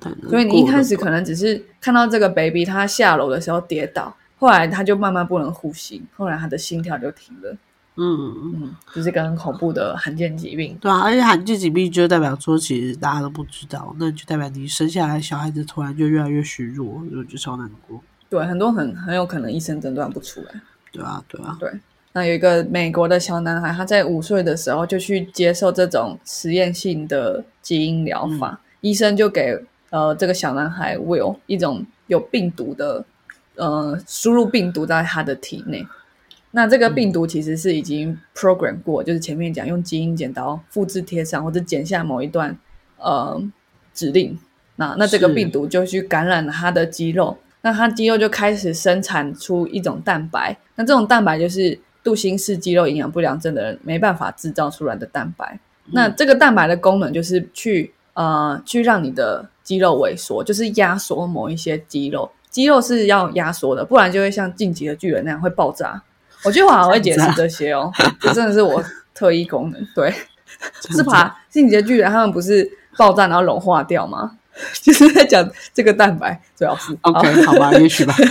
所以你一开始可能只是看到这个 baby 他下楼的时候跌倒，后来他就慢慢不能呼吸，后来他的心跳就停了。嗯嗯，就是一个很恐怖的罕见疾病。 对啊，而且罕见疾病就代表说其实大家都不知道，那就代表你生下来小孩子突然就越来越虚弱，我就超难过。 对，很多很很有可能医生诊断不出来。 对啊对啊。 对，那有一个美国的小男孩，他在五岁的时候就去接受这种实验性的基因疗法，嗯、医生就给呃这个小男孩 Will 一种有病毒的呃输入病毒在他的体内。那这个病毒其实是已经 program 过，嗯、就是前面讲用基因剪刀复制贴上或者剪下某一段呃指令，那那这个病毒就去感染了他的肌肉，那他肌肉就开始生产出一种蛋白，那这种蛋白就是杜欣氏肌肉营养不良症的人没办法制造出来的蛋白。嗯、那这个蛋白的功能就是去呃去让你的肌肉萎缩，就是压缩某一些肌肉，肌肉是要压缩的，不然就会像进击的巨人那样会爆炸。我觉得我好像会解释这些哦，这真的是我特异功能。对，是怕进击的巨人他们不是爆炸然后融化掉吗？就是在讲这个蛋白，最好是 OK 好吧，也许吧。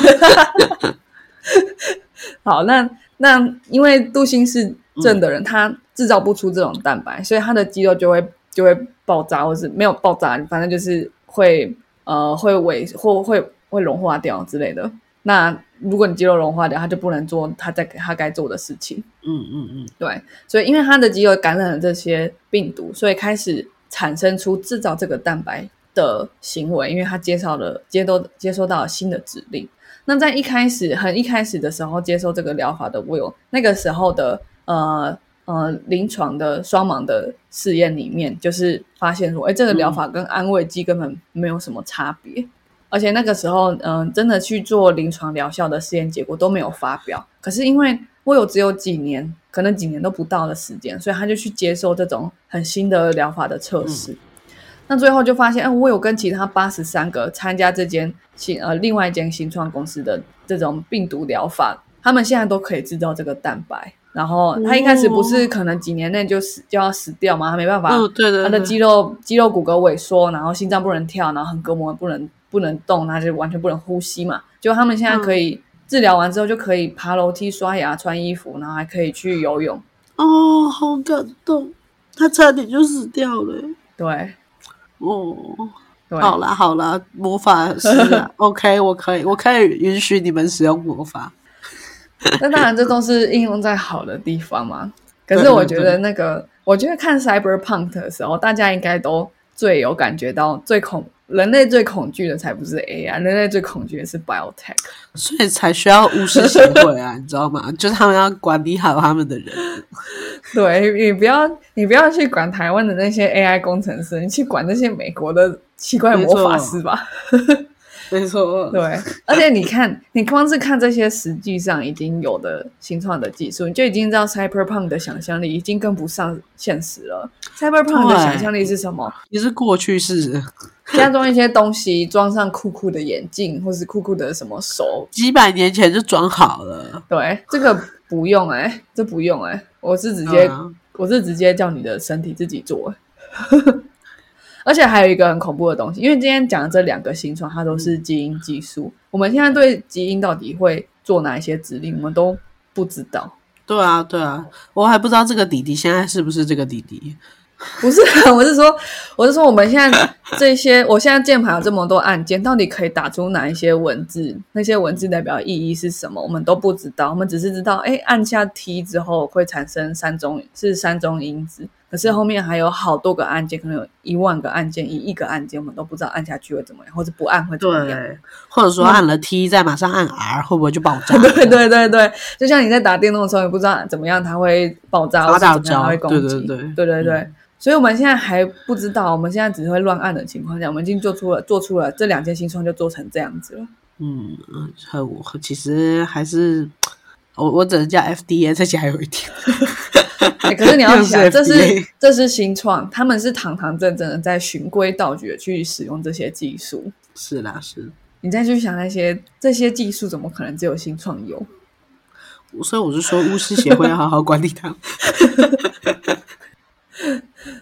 好，那那因为杜欣氏症的人、嗯、他制造不出这种蛋白，所以他的肌肉就会就会爆炸，或是没有爆炸，反正就是会呃会萎或会会融化掉之类的。那如果你肌肉融化掉，他就不能做他在他该做的事情。 嗯嗯嗯， 对，所以因为他的肌肉感染了这些病毒，所以开始产生出制造这个蛋白的行为，因为他接受了接都接收到了新的指令。那在一开始很一开始的时候接受这个疗法的 Will， 那个时候的呃呃临床的双盲的试验里面，就是发现说，哎，这个疗法跟安慰剂根本没有什么差别。嗯，而且那个时候嗯，真的去做临床疗效的试验结果都没有发表，可是因为我有只有几年可能几年都不到的时间，所以他就去接受这种很新的疗法的测试。嗯，那最后就发现，哎，我有跟其他八十三个参加这间新呃另外一间新创公司的这种病毒疗法，他们现在都可以制造这个蛋白。然后他一开始不是可能几年内就死就要死掉吗？他没办法， 哦、对对对， 他的肌肉肌肉骨骼萎缩，然后心脏不能跳，然后横膈膜不能不能动，他就完全不能呼吸嘛。就他们现在可以、嗯、治疗完之后就可以爬楼梯、刷牙、穿衣服，然后还可以去游泳。 哦，好感动，他差点就死掉了。 对。 哦，好啦好啦，魔法师啊OK 我可以我可以允许你们使用魔法。 那当然这都是应用在好的地方嘛。可是我觉得那个对对对，我觉得看 Cyberpunk 的时候，大家应该都最有感觉到最恐人类最恐惧的才不是 A I， 人类最恐惧的是 Biotech， 所以才需要巫师协会啊，你知道吗？就是他们要管理好他们的人。 对，你不要你不要去管台湾的那些 A I 工程师，你去管那些美国的奇怪的魔法师吧。 没错， 对，而且你看，你光是看这些实际上已经有的新创的技术，你就已经知道 Cyberpunk 的想象力已经跟不上现实了。Cyberpunk 的想象力是什么？ 也是过去式， 加装一些东西，装上酷酷的眼镜，或是酷酷的什么手， 几百年前就装好了。 对，这个不用哎、欸，这不用哎、欸，我是直接、嗯，我是直接叫你的身体自己做。而且还有一个很恐怖的东西，因为今天讲的这两个新创它都是基因技术、嗯、我们现在对基因到底会做哪一些指令我们都不知道。 对啊对啊，我还不知道这个弟弟现在是不是这个弟弟。 不是，我是说我是说我们现在这些我现在键盘有这么多按键，到底可以打出哪一些文字，那些文字代表意义是什么我们都不知道，我们只是知道诶按下 T 之后会产生三种是三种因子，可是后面还有好多个按键，可能有一万个按键一亿个按键，我们都不知道按下去会怎么样，或者不按会怎么样。 对，或者说按了 T、嗯、再马上按 R 会不会就爆炸。 对对对对，就像你在打电动的时候你不知道怎么样它会爆炸，或者怎么样它会攻击。对对对对对对、嗯，所以我们现在还不知道，我们现在只会乱按的情况下，我们已经做出了做出了这两件新创就做成这样子了。嗯， 很其实还是我我只能叫 F D A 再加油一点。 欸、可是你要想，这是这是新创，他们是堂堂正正的在循规蹈矩的去使用这些技术。 是啦，是。 你再去想那些这些技术，怎么可能只有新创有？ 所以我是说，巫师协会要好好管理他们。 哦，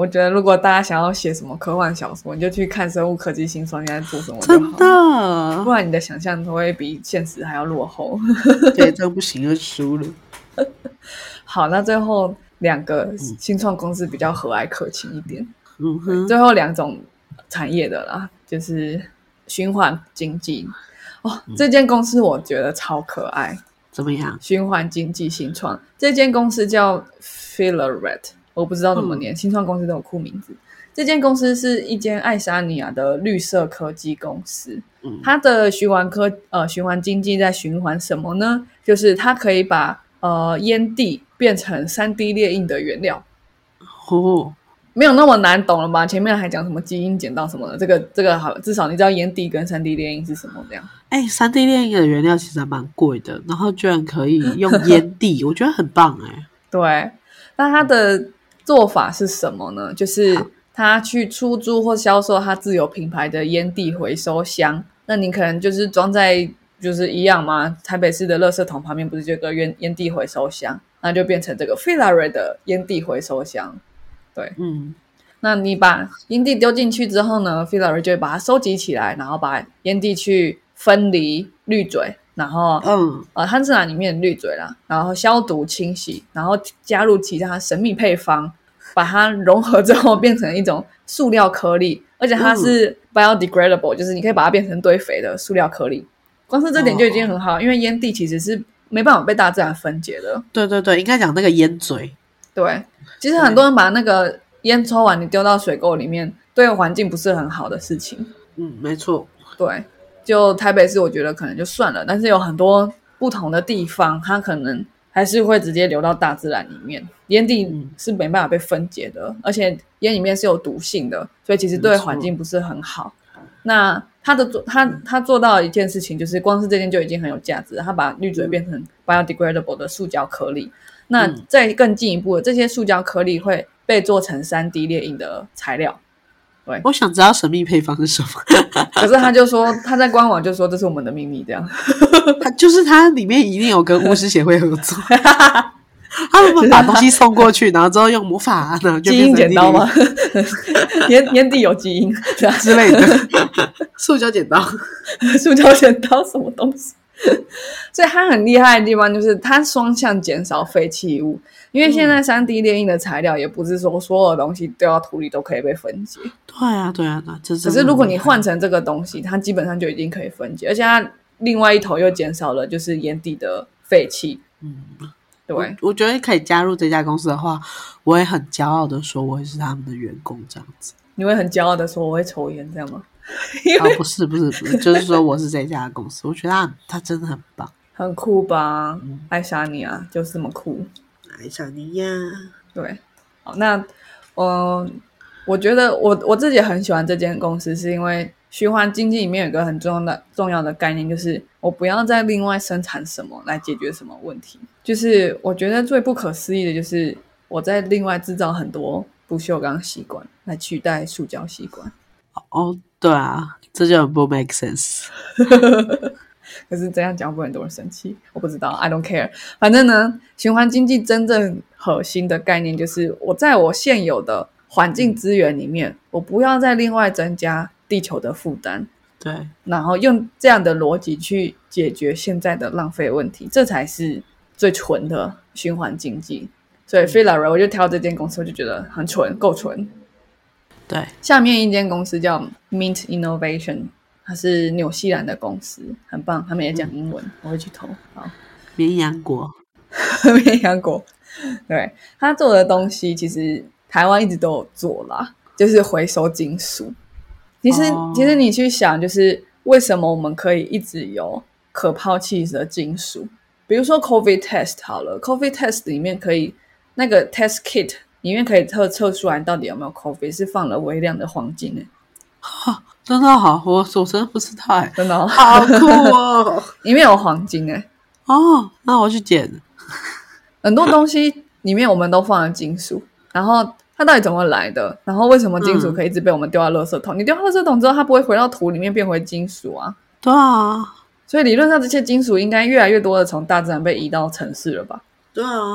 我觉得如果大家想要写什么科幻小说，你就去看生物科技新创现在做什么就好， 真的， 不然你的想象都会比现实还要落后。 对，这不行就输了。 好，那最后两个新创公司比较和蔼可亲一点。 嗯哼， 最后两种产业的啦，就是循环经济。哦，这间公司我觉得超可爱。 怎么样？ 循环经济新创，这间公司叫 Filaret， 我不知道怎么念，嗯、新创公司都有酷名字。这间公司是一间爱沙尼亚的绿色科技公司，嗯、它的循环科呃循环经济在循环什么呢？就是它可以把呃烟蒂变成 三 D 列印的原料。 哦， 没有那么难懂了吧？前面还讲什么基因剪刀什么的，这个这个好，至少你知道烟蒂跟 三 D 列印是什么这样。 哎 ,三 D 列印的原料其实还蛮贵的，然后居然可以用烟蒂，我觉得很棒哎、欸。 对，那它的做法是什么呢？就是他去出租或销售他自有品牌的烟蒂回收箱，那你可能就是装在就是一样嘛，台北市的垃圾桶旁边不是就有个烟烟蒂回收箱，那就变成这个 Filaret 的烟蒂回收箱。对， 嗯， 那你把烟蒂丢进去之后呢 Filaret 就会把它收集起来，然后把烟蒂去分离滤嘴，然后嗯呃它是拿里面的滤嘴啦，然后消毒清洗，然后加入其他神秘配方，把它融合之后变成一种塑料颗粒，而且它是 biodegradable、嗯、就是你可以把它变成堆肥的塑料颗粒。光是这点就已经很好、哦、因为烟蒂其实是没办法被大自然分解的。 对对对，应该讲那个烟嘴。 对，其实很多人把那个烟抽完你丢到水沟里面，对环境不是很好的事情。 嗯，没错。 对，就台北市我觉得可能就算了，但是有很多不同的地方它可能还是会直接流到大自然里面，烟蒂是没办法被分解的、嗯、而且烟里面是有毒性的，所以其实对环境不是很好。那他的他他做到一件事情，就是光是这件就已经很有价值了，他把滤嘴变成 biodegradable 的塑胶颗粒。那再更进一步的，这些塑胶颗粒会被做成 三 D 列印的材料。对， 我想知道神秘配方是什么。 可是他就说他在官网就说这是我们的秘密，这样。 他就是他里面一定有跟巫师协会合作。他们把东西送过去，然后之后用魔法，然后就基因剪刀吗？烟烟蒂有基因之类的。塑胶剪刀， 塑胶剪刀什么东西？所以它很厉害的地方就是它双向减少废弃物，因为现在 三 D 列印的材料也不是说所有东西丢到土里都可以被分解。 对啊对啊，这可是如果你换成这个东西，它基本上就已经可以分解，而且它另外一头又减少了就是烟蒂的废气。嗯，对， 我, 我觉得可以加入这家公司的话，我会很骄傲的说我会是他们的员工这样子。 你会很骄傲的说我会抽烟这样吗？ 啊，不是不是不是，就是说我是这家公司，我觉得 他, 他真的很棒， 很酷吧？嗯、爱沙尼亚就是这么酷， 爱沙尼亚。 对，好，那呃，我觉得我我自己很喜欢这间公司，是因为循环经济里面有一个很重要的重要的概念，就是我不要再另外生产什么来解决什么问题。就是我觉得最不可思议的就是我在另外制造很多不锈钢吸管来取代塑胶吸管。 哦，对啊，这就很不 make sense。 可是这样讲会很多人生气，我不知道 I don't care。 反正呢，循环经济真正核心的概念就是我在我现有的环境资源里面，我不要再另外增加地球的负担， 对， 然后用这样的逻辑去解决现在的浪费问题，这才是最纯的循环经济。所以 Filaret 我就挑这间公司，我就觉得很纯，够纯。 对，下面一间公司叫 Mint Innovation， 它是纽西兰的公司，很棒，他们也讲英文、嗯、我会去投。好， 绵羊果。 绵羊果，对，他做的东西其实台湾一直都有做啦，就是回收金属。其实、哦、其实你去想，就是为什么我们可以一直有可抛弃的金属，比如说 COVID test 好了， COVID test 里面可以那个 test kit里面可以测测出来到底有没有 COVID， 是放了微量的黄金耶。 哈，真的好，我我真的不知道耶， 真的、哦、 好酷哦。 里面有黄金耶。 哦，那我去捡。 很多东西里面我们都放了金属，然后它到底怎么来的，然后为什么金属可以一直被我们丢到垃圾桶、嗯、你丢到垃圾桶之后它不会回到土里面变回金属啊。 对啊，所以理论上这些金属应该越来越多的从大自然被移到城市了吧。 对啊，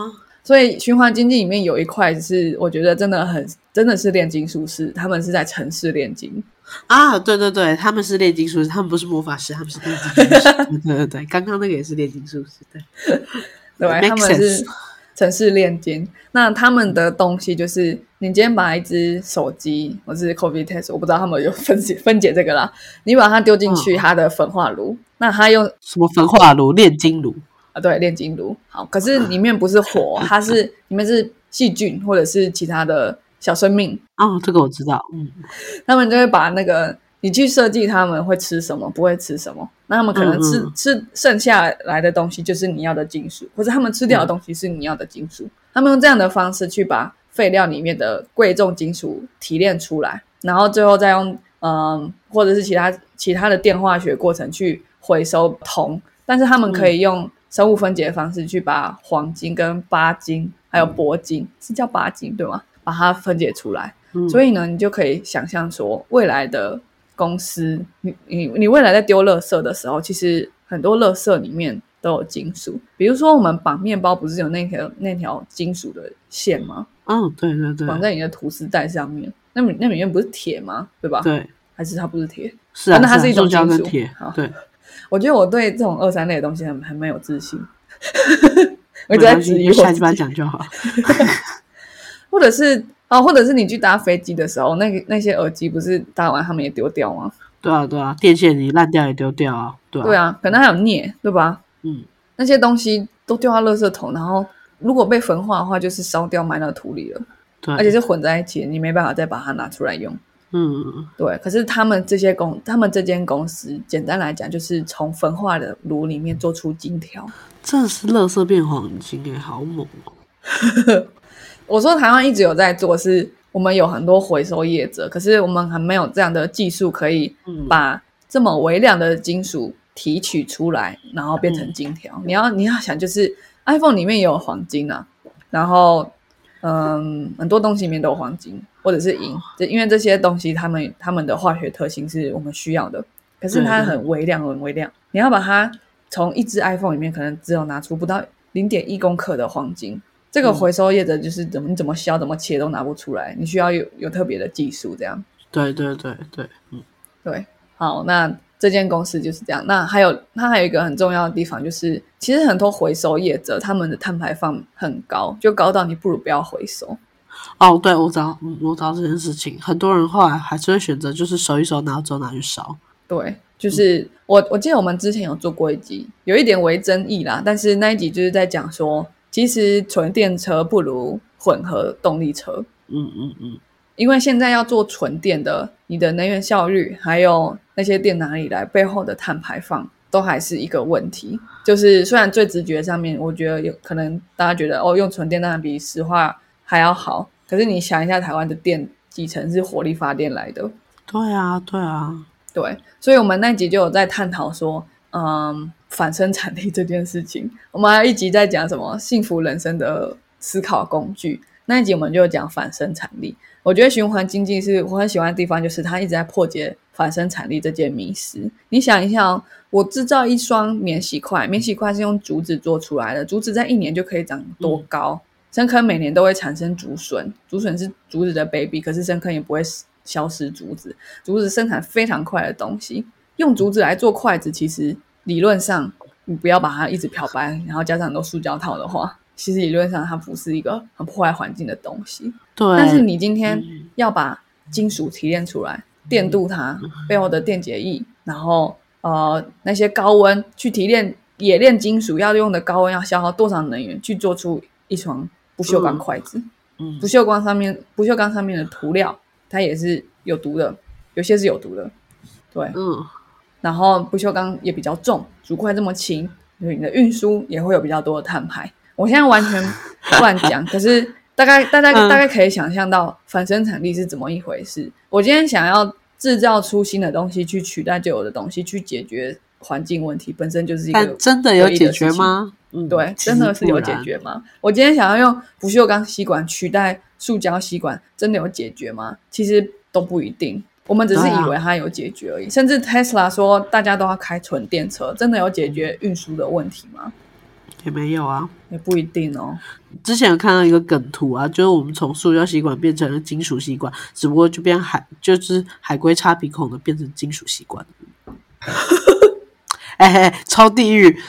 所以循环经济里面有一块是我觉得真的很真的是炼金术士，他们是在城市炼金啊，对对对，他们是炼金术士，他们不是魔法师，他们是炼金术士。对对对，刚刚那个也是炼金术士，对对，他们是城市炼金。那他们的东西就是，你今天把一只手机或是 COVID test， 我不知道他们有分解分解这个啦，你把它丢进去它的焚化炉，嗯、那它用什么焚化炉？炼金炉。 对，炼金炉。好，可是里面不是火，它是里面是细菌或者是其他的小生命。 哦，这个我知道。嗯， 他们就会把那个你去设计他们会吃什么，不会吃什么。那他们可能吃、嗯嗯、吃剩下来的东西就是你要的金属，或者他们吃掉的东西是你要的金属。嗯、他们用这样的方式去把废料里面的贵重金属提炼出来，然后最后再用嗯或者是其他其他的电化学过程去回收铜，但是他们可以用、嗯生物分解的方式去把黄金跟钯金还有铂金、嗯、是叫钯金对吗？把它分解出来、嗯、所以呢你就可以想象说未来的公司 你, 你, 你未来在丢垃圾的时候，其实很多垃圾里面都有金属，比如说我们绑面包不是有那条那条金属的线吗？ 嗯，对对对， 绑在你的吐司带上面，那那里面不是铁吗？对吧？ 对， 还是它不是铁？ 是啊， 但它是一种金属， 跟铁。对， 我觉得我对这种二三类的东西很很没有自信，我一直在质疑我自己。 下一班讲就好。 或者是哦，或者是你去搭飞机的时候，那个那些耳机不是搭完他们也丢掉吗？ 对啊，对啊，电线你烂掉也丢掉啊，对啊， 对啊，可能还有镍，对吧？嗯，那些东西都丢到垃圾桶，然后如果被焚化的话，就是烧掉埋到土里了，对，而且是混在一起，你没办法再把它拿出来用。嗯，对，可是他们这些公，他们这间公司，简单来讲，就是从焚化的炉里面做出金条， 真的是垃圾变黄金耶，好猛哦！ 我说台湾一直有在做，是我们有很多回收业者，可是我们还没有这样的技术，可以把这么微量的金属提取出来，然后变成金条。嗯、你要你要想，就是 iPhone 里面也有黄金啊，然后嗯，很多东西里面都有黄金。或者是银，因为这些东西它们它们的化学特性是我们需要的，可是它很微量很微量，你要把它从一只 iPhone 里面可能只有拿出不到 零点一 公克的黄金，这个回收业者就是怎么你怎么削怎么切都拿不出来，你需要有有特别的技术这样。 对对对对，嗯， 对，好，那这间公司就是这样。那还有它还有一个很重要的地方，就是其实很多回收业者他们的碳排放很高，就高到你不如不要回收。 哦，对，我知道，嗯，我知道这件事情，很多人后来还是会选择就是收一收，然后之后拿去烧。 对，就是、嗯、我我记得我们之前有做过一集，有一点微争议啦，但是那一集就是在讲说，其实纯电车不如混合动力车。嗯嗯嗯，因为现在要做纯电的，你的能源效率还有那些电哪里来，背后的碳排放都还是一个问题。就是虽然最直觉上面，我觉得有可能大家觉得哦，用纯电当然比石化还要好。可是你想一下，台湾的电几成是火力发电来的？ 对啊，对啊， 对，所以我们那集就有在探讨说，嗯，反生产力这件事情。我们还有一集在讲什么幸福人生的思考工具，那一集我们就有讲反生产力。我觉得循环经济是我很喜欢的地方，就是它一直在破解反生产力这件迷思。你想一下哦，我制造一双免洗筷，免洗筷是用竹子做出来的，竹子在一年就可以长多高？嗯，深坑每年都会产生竹笋，竹笋是竹子的 baby， 可是深坑也不会消失竹子。竹子生产非常快的东西，用竹子来做筷子，其实理论上你不要把它一直漂白，然后加上很多塑胶套的话，其实理论上它不是一个很破坏环境的东西。对，但是你今天要把金属提炼出来，电镀它背后的电解液，然后呃那些高温去提炼冶炼金属要用的高温要消耗多少能源去做出一双不锈钢筷子。嗯嗯、不锈钢上面不锈钢上面的涂料它也是有毒的，有些是有毒的。对，嗯，然后不锈钢也比较重，竹筷这么轻，所以你的运输也会有比较多的碳排。我现在完全乱讲，可是大概大概大概可以想象到反生产力是怎么一回事。我今天想要制造出新的东西去取代旧有的东西，去解决环境问题，本身就是一个但真的有解决吗？ 嗯，对，真的是有解决吗？我今天想要用不锈钢吸管取代塑胶吸管，真的有解决吗？其实都不一定，我们只是以为它有解决而已。啊、甚至 Tesla 说大家都要开纯电车，真的有解决运输的问题吗？ 也没有啊， 也不一定哦。 之前有看到一个梗图啊，就是我们从塑胶吸管变成了金属吸管，只不过就变海，就是海龟插鼻孔的变成金属吸管。哎、欸，超地狱！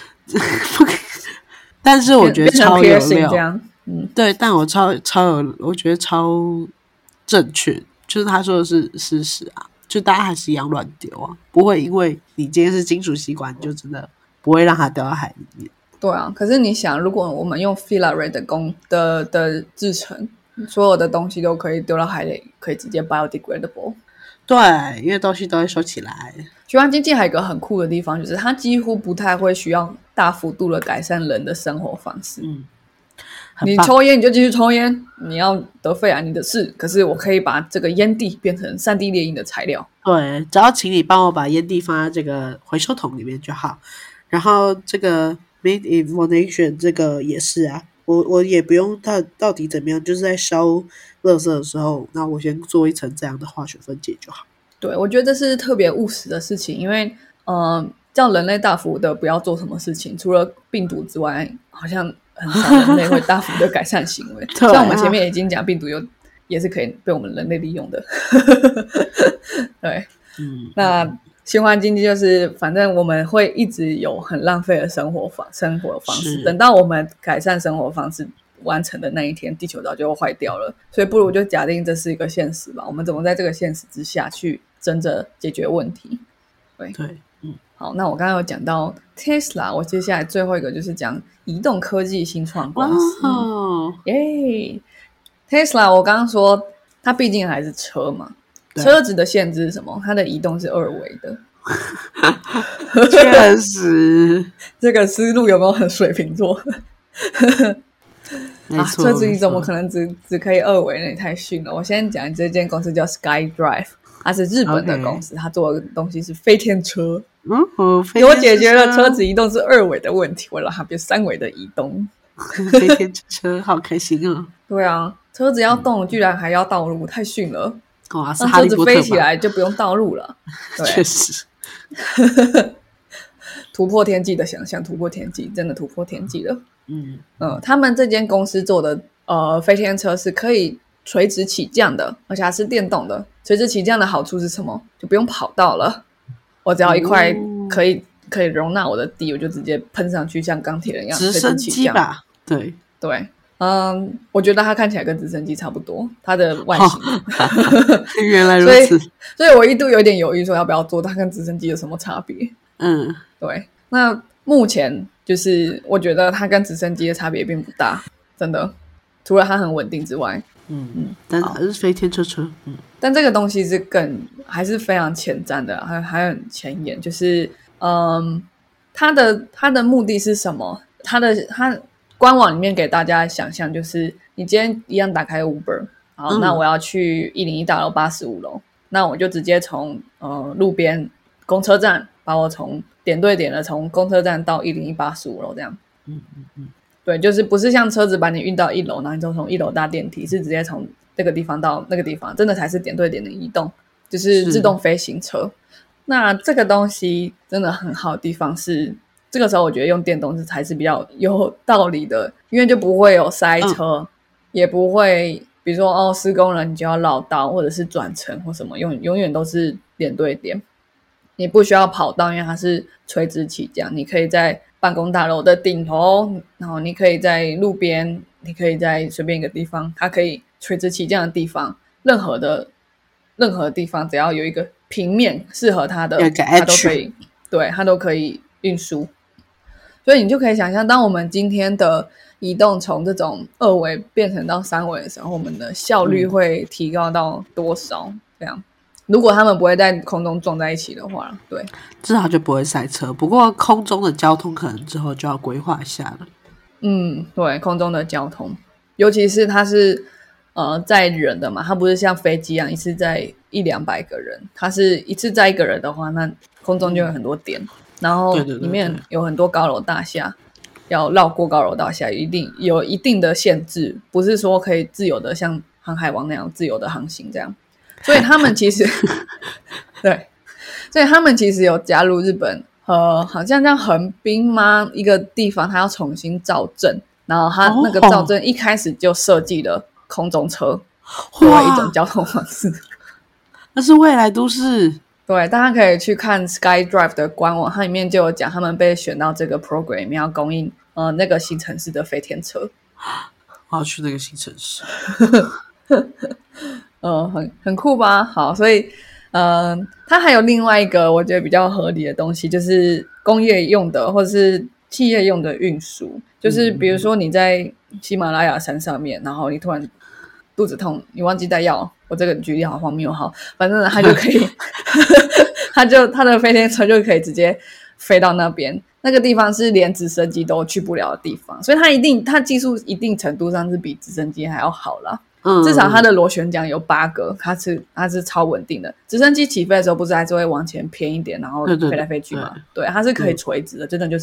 但是我觉得超有料， 这样，嗯， 对，但我超超有，我觉得超正确，就是他说的是事实啊，就大家还是一样乱丢啊，不会因为你今天是金属吸管，你就真的不会让它掉到海里面。 对啊，可是你想，如果我们用 Filaret 的工的的制成，所有的东西都可以丢到海里，可以直接 biodegradable。 对，因为东西都会收起来。 循环经济还有一个很酷的地方，就是它几乎不太会需要大幅度的改善人的生活方式。 嗯， 你抽烟你就继续抽烟，你要得肺癌你的事，可是我可以把这个烟蒂变成三 D 列印的材料。 对，只要请你帮我把烟蒂放在这个回收桶里面就好。然后这个 Made in One Nation 这个也是啊，我我也不用到到底怎么样，就是在烧垃圾的时候，那我先做一层这样的化学分解就好。 对，我觉得这是特别务实的事情，因为呃，叫人类大幅的不要做什么事情，除了病毒之外，好像很少人类会大幅的改善行为。 对啊， 像我们前面已经讲，病毒有也是可以被我们人类利用的。对， 嗯， 那循环经济就是反正我们会一直有很浪费的生活方生活方式，等到我们改善生活方式完成的那一天，地球早就坏掉了，所以不如就假定这是一个现实吧，我们怎么在这个现实之下去争着解决问题。对对，嗯， 好，那我刚刚有讲到 Tesla， 我接下来最后一个就是讲移动科技新创公司。 哦， 耶 Tesla 我刚刚说它毕竟还是车嘛，车子的限制是什么？它的移动是二维的。 确实这个思路有没有很水瓶座？ 没错、 啊、车子你怎么可能 只, 只可以二维呢？你太逊了。我先讲这间公司叫 SkyDrive， 它是日本的公司， okay. 它做的东西是飞天车。 嗯，哦、 给我解决了车子移动是二维的问题，我让它变三维的移动。 飞天车好开心啊！ 对啊，车子要动居然还要道路，太逊了。 哇，是让车子飞起来就不用道路了。 确实。 突破天际的想象，突破天际，真的突破天际了。 嗯嗯，他们这间公司做的呃飞天车是可以垂直起降的，而且还是电动的。垂直起降的好处是什么？就不用跑道了，我只要一块可以、哦、可以容纳我的地，我就直接喷上去，像钢铁人一样。 直升机吧？对对，嗯，我觉得它看起来跟直升机差不多，它的外形。 哦、原来如此所以，所以我一度有点犹豫，说要不要做它跟直升机有什么差别？ 嗯， 对。那目前就是我觉得它跟直升机的差别并不大，真的，除了它很稳定之外。 嗯嗯，但还是飞天车车。嗯， 但这个东西是更还是非常前瞻的，还还很前沿。就是嗯，它的它的目的是什么？它的它官网里面给大家想象就是，你今天一样打开 Uber， 好，嗯、那我要去一零一大楼八十五楼，那我就直接从呃路边公车站把我从点对点的从公车站到一零一八十五楼这样。 嗯嗯嗯。 对，就是不是像车子把你运到一楼，然后你就从一楼搭电梯，是直接从这个地方到那个地方，真的才是点对点的移动，就是自动飞行车。那这个东西真的很好的地方是，这个时候我觉得用电动是才是比较有道理的，因为就不会有塞车，嗯、也不会比如说哦施工人你就要绕道或者是转乘或什么，永永远都是点对点，你不需要跑道，因为它是垂直起降，你可以在办公大楼的顶头，然后你可以在路边，你可以在随便一个地方，它可以垂直起降的地方，任何的任何地方只要有一个平面适合它的，它都可以，对，它都可以运输。所以你就可以想象，当我们今天的移动从这种二维变成到三维的时候，我们的效率会提高到多少？这样。如果他们不会在空中撞在一起的话，对， 至少就不会塞车。不过空中的交通可能之后就要规划一下了。 嗯，对，空中的交通，尤其是它是呃载人的嘛，它不是像飞机一样一次载一两百个人，它是一次载一个人的话，那空中就有很多点，嗯、然后里面有很多高楼大厦，要绕过高楼大厦，一定有一定的限制，不是说可以自由的像航海王那样自由的航行这样。所以他们其实对，所以他们其实有加入日本呃，好像叫横滨吗？一个地方它要重新造镇，然后它那个造镇一开始就设计了空中车作为一种交通方式。 那是未来都市。 对，大家可以去看 SkyDrive 的官网，它里面就有讲他们被选到这个 program 里面要供应呃那个新城市的飞天车。 我要去那个新城市。 呃，很很酷吧？好，所以呃，它还有另外一个我觉得比较合理的东西，就是工业用的或者是企业用的运输，就是比如说你在喜马拉雅山上面，然后你突然肚子痛，你忘记带药，我这个举例好荒谬，好，反正它就可以，它就它的飞天车就可以直接飞到那边。那个地方是连直升机都去不了的地方，所以它一定它技术一定程度上是比直升机还要好啦。嗯，至少它的螺旋桨有八个，它是它是超稳定的。直升机起飞的时候不是还是会往前偏一点，然后飞来飞去嘛？对， 对， 对，它是可以垂直的，真的就是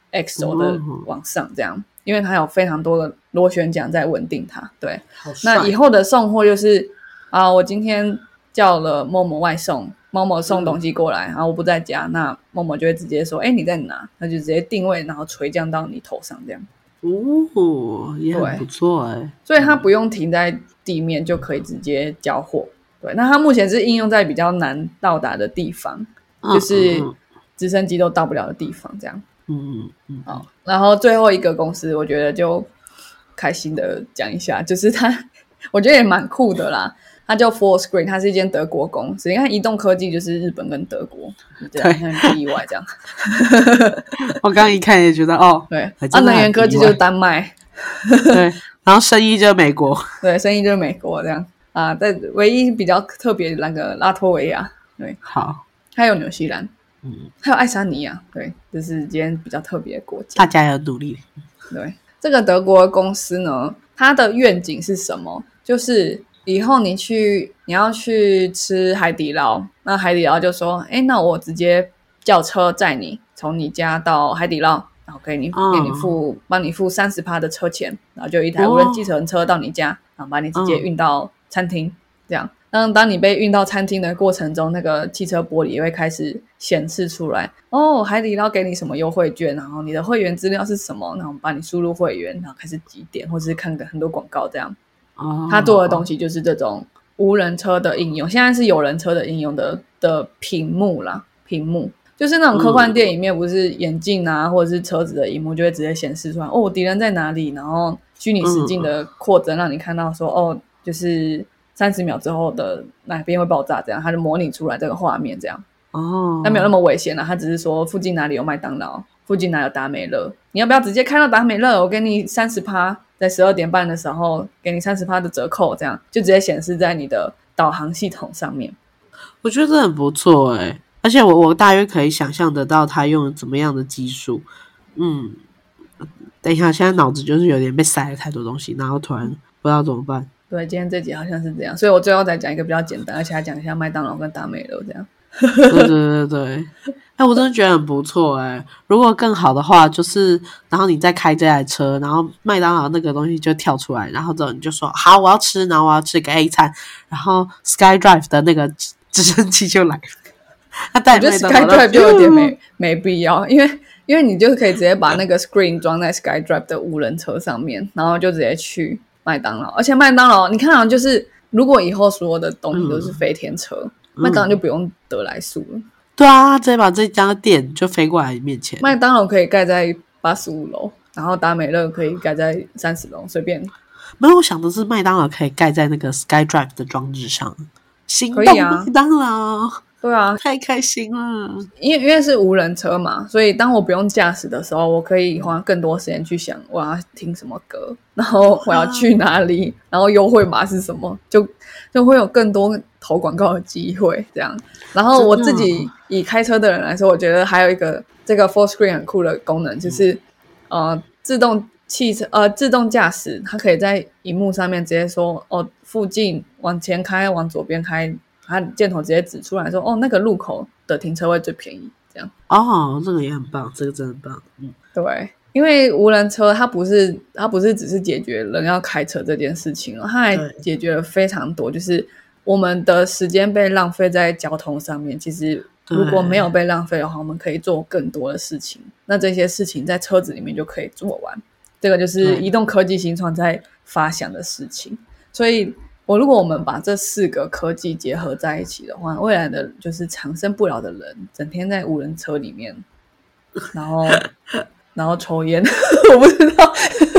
X 轴的往上这样，嗯，因为它有非常多的螺旋桨在稳定它。对，那以后的送货就是啊，我今天叫了某某外送，某某送东西过来，然后我不在家，那某某就会直接说，哎，你在哪？他就直接定位，然后垂降到你头上这样。 哦，也很不错哎，欸， 所以它不用停在地面就可以直接交货。对，那它目前是应用在比较难到达的地方，嗯，就是直升机都到不了的地方这样。嗯嗯嗯。好，然后最后一个公司，我觉得就开心的讲一下，就是它，我觉得也蛮酷的啦。它叫 Fullscreen， 它是一间德国公司。你看移动科技就是日本跟德国，对，很不意外这样。 我刚刚一看也觉得哦， 对，啊，能源科技就是丹麦， 对，然后生意就是美国， 对，生意就是美国这样啊。但唯一比较特别的那个拉脱维亚，对， 好， 还有纽西兰，嗯，还有爱沙尼亚，对，这是今天比较特别的国家。 大家要努力。 对，这个德国公司呢，它的愿景是什么？就是以后你去你要去吃海底捞，那海底捞就说，哎，那我直接叫车载你从你家到海底捞，然后给你、哦、给你付帮你付 百分之三十 的车钱，然后就一台无人计程车到你家，然后把你直接运到餐厅、哦、这样。那当你被运到餐厅的过程中，那个汽车玻璃也会开始显示出来，哦，海底捞给你什么优惠券，然后你的会员资料是什么，然后帮你输入会员，然后开始集点或者是看很多广告这样。他做的东西就是这种无人车的应用，现在是有人车的应用的的屏幕啦，屏幕就是那种科幻电影里面不是眼镜啊、嗯、或者是车子的萤幕就会直接显示出来，哦，敌人在哪里，然后虚拟实境的扩增让你看到说、嗯、哦，就是三十秒之后的哪边会爆炸这样，它就模拟出来这个画面这样。哦，但没有那么危险啦，它只是说附近哪里有麦当劳，附近哪有达美乐，你要不要直接开到达美乐，我给你 百分之三十，在十二点半的时候给你 百分之三十 的折扣，这样就直接显示在你的导航系统上面。 我觉得这很不错耶，而且我我大约可以想象得到他用怎么样的技术。嗯，等一下，现在脑子就是有点被塞了太多东西，然后突然不知道怎么办。 对，今天这集好像是这样，所以我最后再讲一个比较简单，而且还讲一下麦当劳跟达美乐这样。 对对对对，哎，我真的觉得很不错哎。如果更好的话，就是然后你再开这台车，然后麦当劳那个东西就跳出来，然后之后你就说好，我要吃，然后我要吃个 A 餐，然后 SkyDrive 的那个直升机就来了。他带我觉得 SkyDrive 就有点没没必要，因为因为你就可以直接把那个 screen 装在 SkyDrive 的无人车上面，然后就直接去麦当劳。而且麦当劳，你看好像就是如果以后所有的东西都是飞天车。嗯麦当劳就不用得来速了、嗯、 对啊，直接把这家店就飞过来面前。 麦当劳可以盖在八十五楼，然后达美乐可以盖在三十楼，随便。 没有，我想的是麦当劳可以盖在那个 SkyDrive 的装置上，行动麦当劳、啊、 对啊， 太开心了。 因为因为是无人车嘛，所以当我不用驾驶的时候，我可以花更多时间去想我要听什么歌，然后我要去哪里，然后优惠码是什么，就就会有更多投广告的机会这样。然后我自己以开车的人来说，我觉得还有一个这个 Fullscreen 很酷的功能，就是、嗯、呃自动汽车呃自动驾驶，它可以在萤幕上面直接说哦，附近往前开，往左边开，它箭头直接指出来说哦，那个路口的停车位最便宜这样。 哦，这个也很棒，这个真的很棒。嗯， 对。因为无人车它不是它不是只是解决人要开车这件事情了，它还解决了非常多，就是我们的时间被浪费在交通上面，其实如果没有被浪费的话，我们可以做更多的事情，那这些事情在车子里面就可以做完，这个就是移动科技新创在发想的事情。所以我如果我们把这四个科技结合在一起的话，未来的就是长生不老的人整天在无人车里面然后然后抽烟我不知道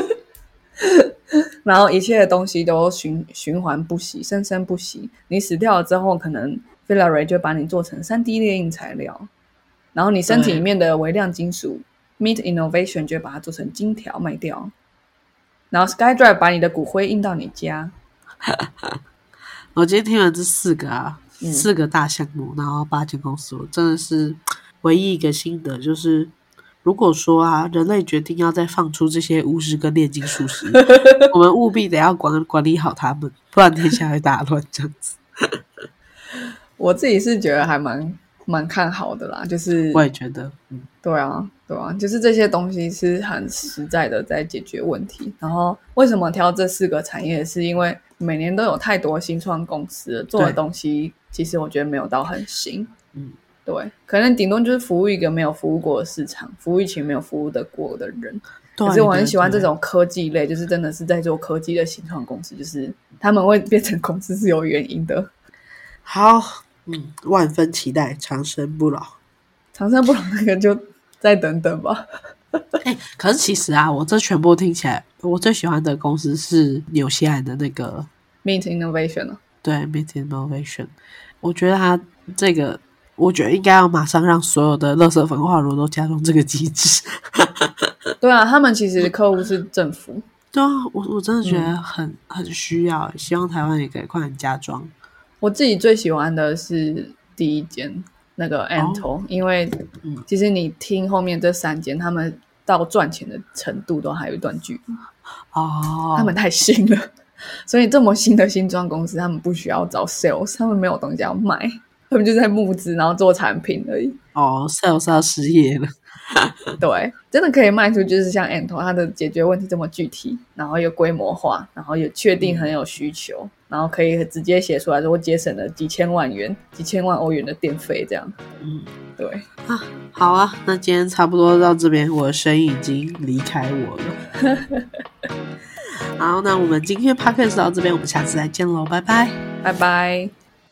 然后一切的东西都循循环不息，生生不息。你死掉了之后，可能 Fillery 就把你做成 三 D 列印材料，然后你身体里面的微量金属 Meat Innovation 就会把它做成金条卖掉，然后 SkyDrive 把你的骨灰印到你家。 我今天听了这四个啊、嗯、四个大项目，然后八间公司，我真的是唯一一个心得就是，如果说啊，人类决定要再放出这些巫师跟炼金术师，我们务必得要管管理好他们，不然天下会大乱这样子。 我自己是觉得还蛮蛮看好的啦，就是我也觉得，嗯， 对啊，对啊，就是这些东西是很实在的在解决问题。然后为什么挑这四个产业，是因为每年都有太多新创公司做的东西，其实我觉得没有到很新，嗯。对，可能顶多就是服务一个没有服务过的市场，服务一群没有服务的过的人。可是我很喜欢这种科技类，就是真的是在做科技的新创公司，就是他们会变成公司是有原因的。 好，嗯，万分期待长生不老。 长生不老那个就再等等吧。 欸，可是其实啊，我这全部听起来，我最喜欢的公司是纽西兰的那个 Meat Innovation 啊。 对 Meat Innovation， 我觉得它这个。我觉得应该要马上让所有的垃圾焚化炉都加入这个机制。 对啊，他们其实客户是政府。 对啊，我我真的觉得很、嗯、很需要，希望台湾也可以快点加装。 我自己最喜欢的是第一间那个 Ento，、哦、因为其实你听后面这三间，他们到赚钱的程度都还有一段距离。 哦， 他们太新了，所以这么新的新创公司，他们不需要找 sales， 他们没有东西要卖。他们就在募资然后做产品而已。 哦 sales 要失业了。 对，真的可以卖出，就是像 Ento 它的解决问题这么具体，然后又规模化，然后又确定很有需求、嗯、然后可以直接写出来说我节省了几千万元几千万欧元的电费这样。嗯，对啊，好啊，那今天差不多到这边，我的声音已经离开我了。好，那我们今天 Podcast 到这边，我们下次再见咯，拜拜拜拜。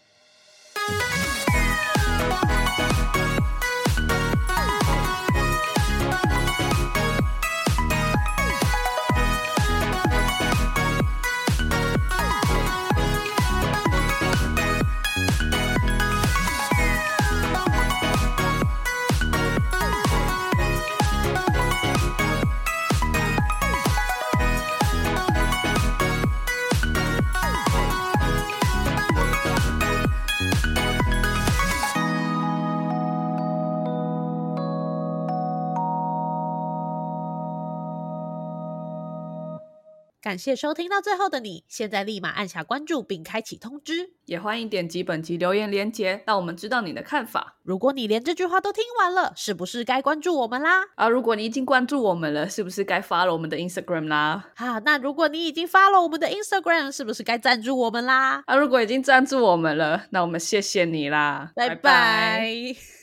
感谢收听到最后的你，现在立马按下关注并开启通知， 也欢迎点击本集留言连结，让我们知道你的看法。 如果你连这句话都听完了，是不是该关注我们啦？ 啊，如果你已经关注我们了，是不是该 follow 我们的 Instagram 啦？ 啊，那如果你已经 follow 我们的 Instagram， 是不是该赞助我们啦？ 啊，如果已经赞助我们了，那我们谢谢你啦， 拜拜。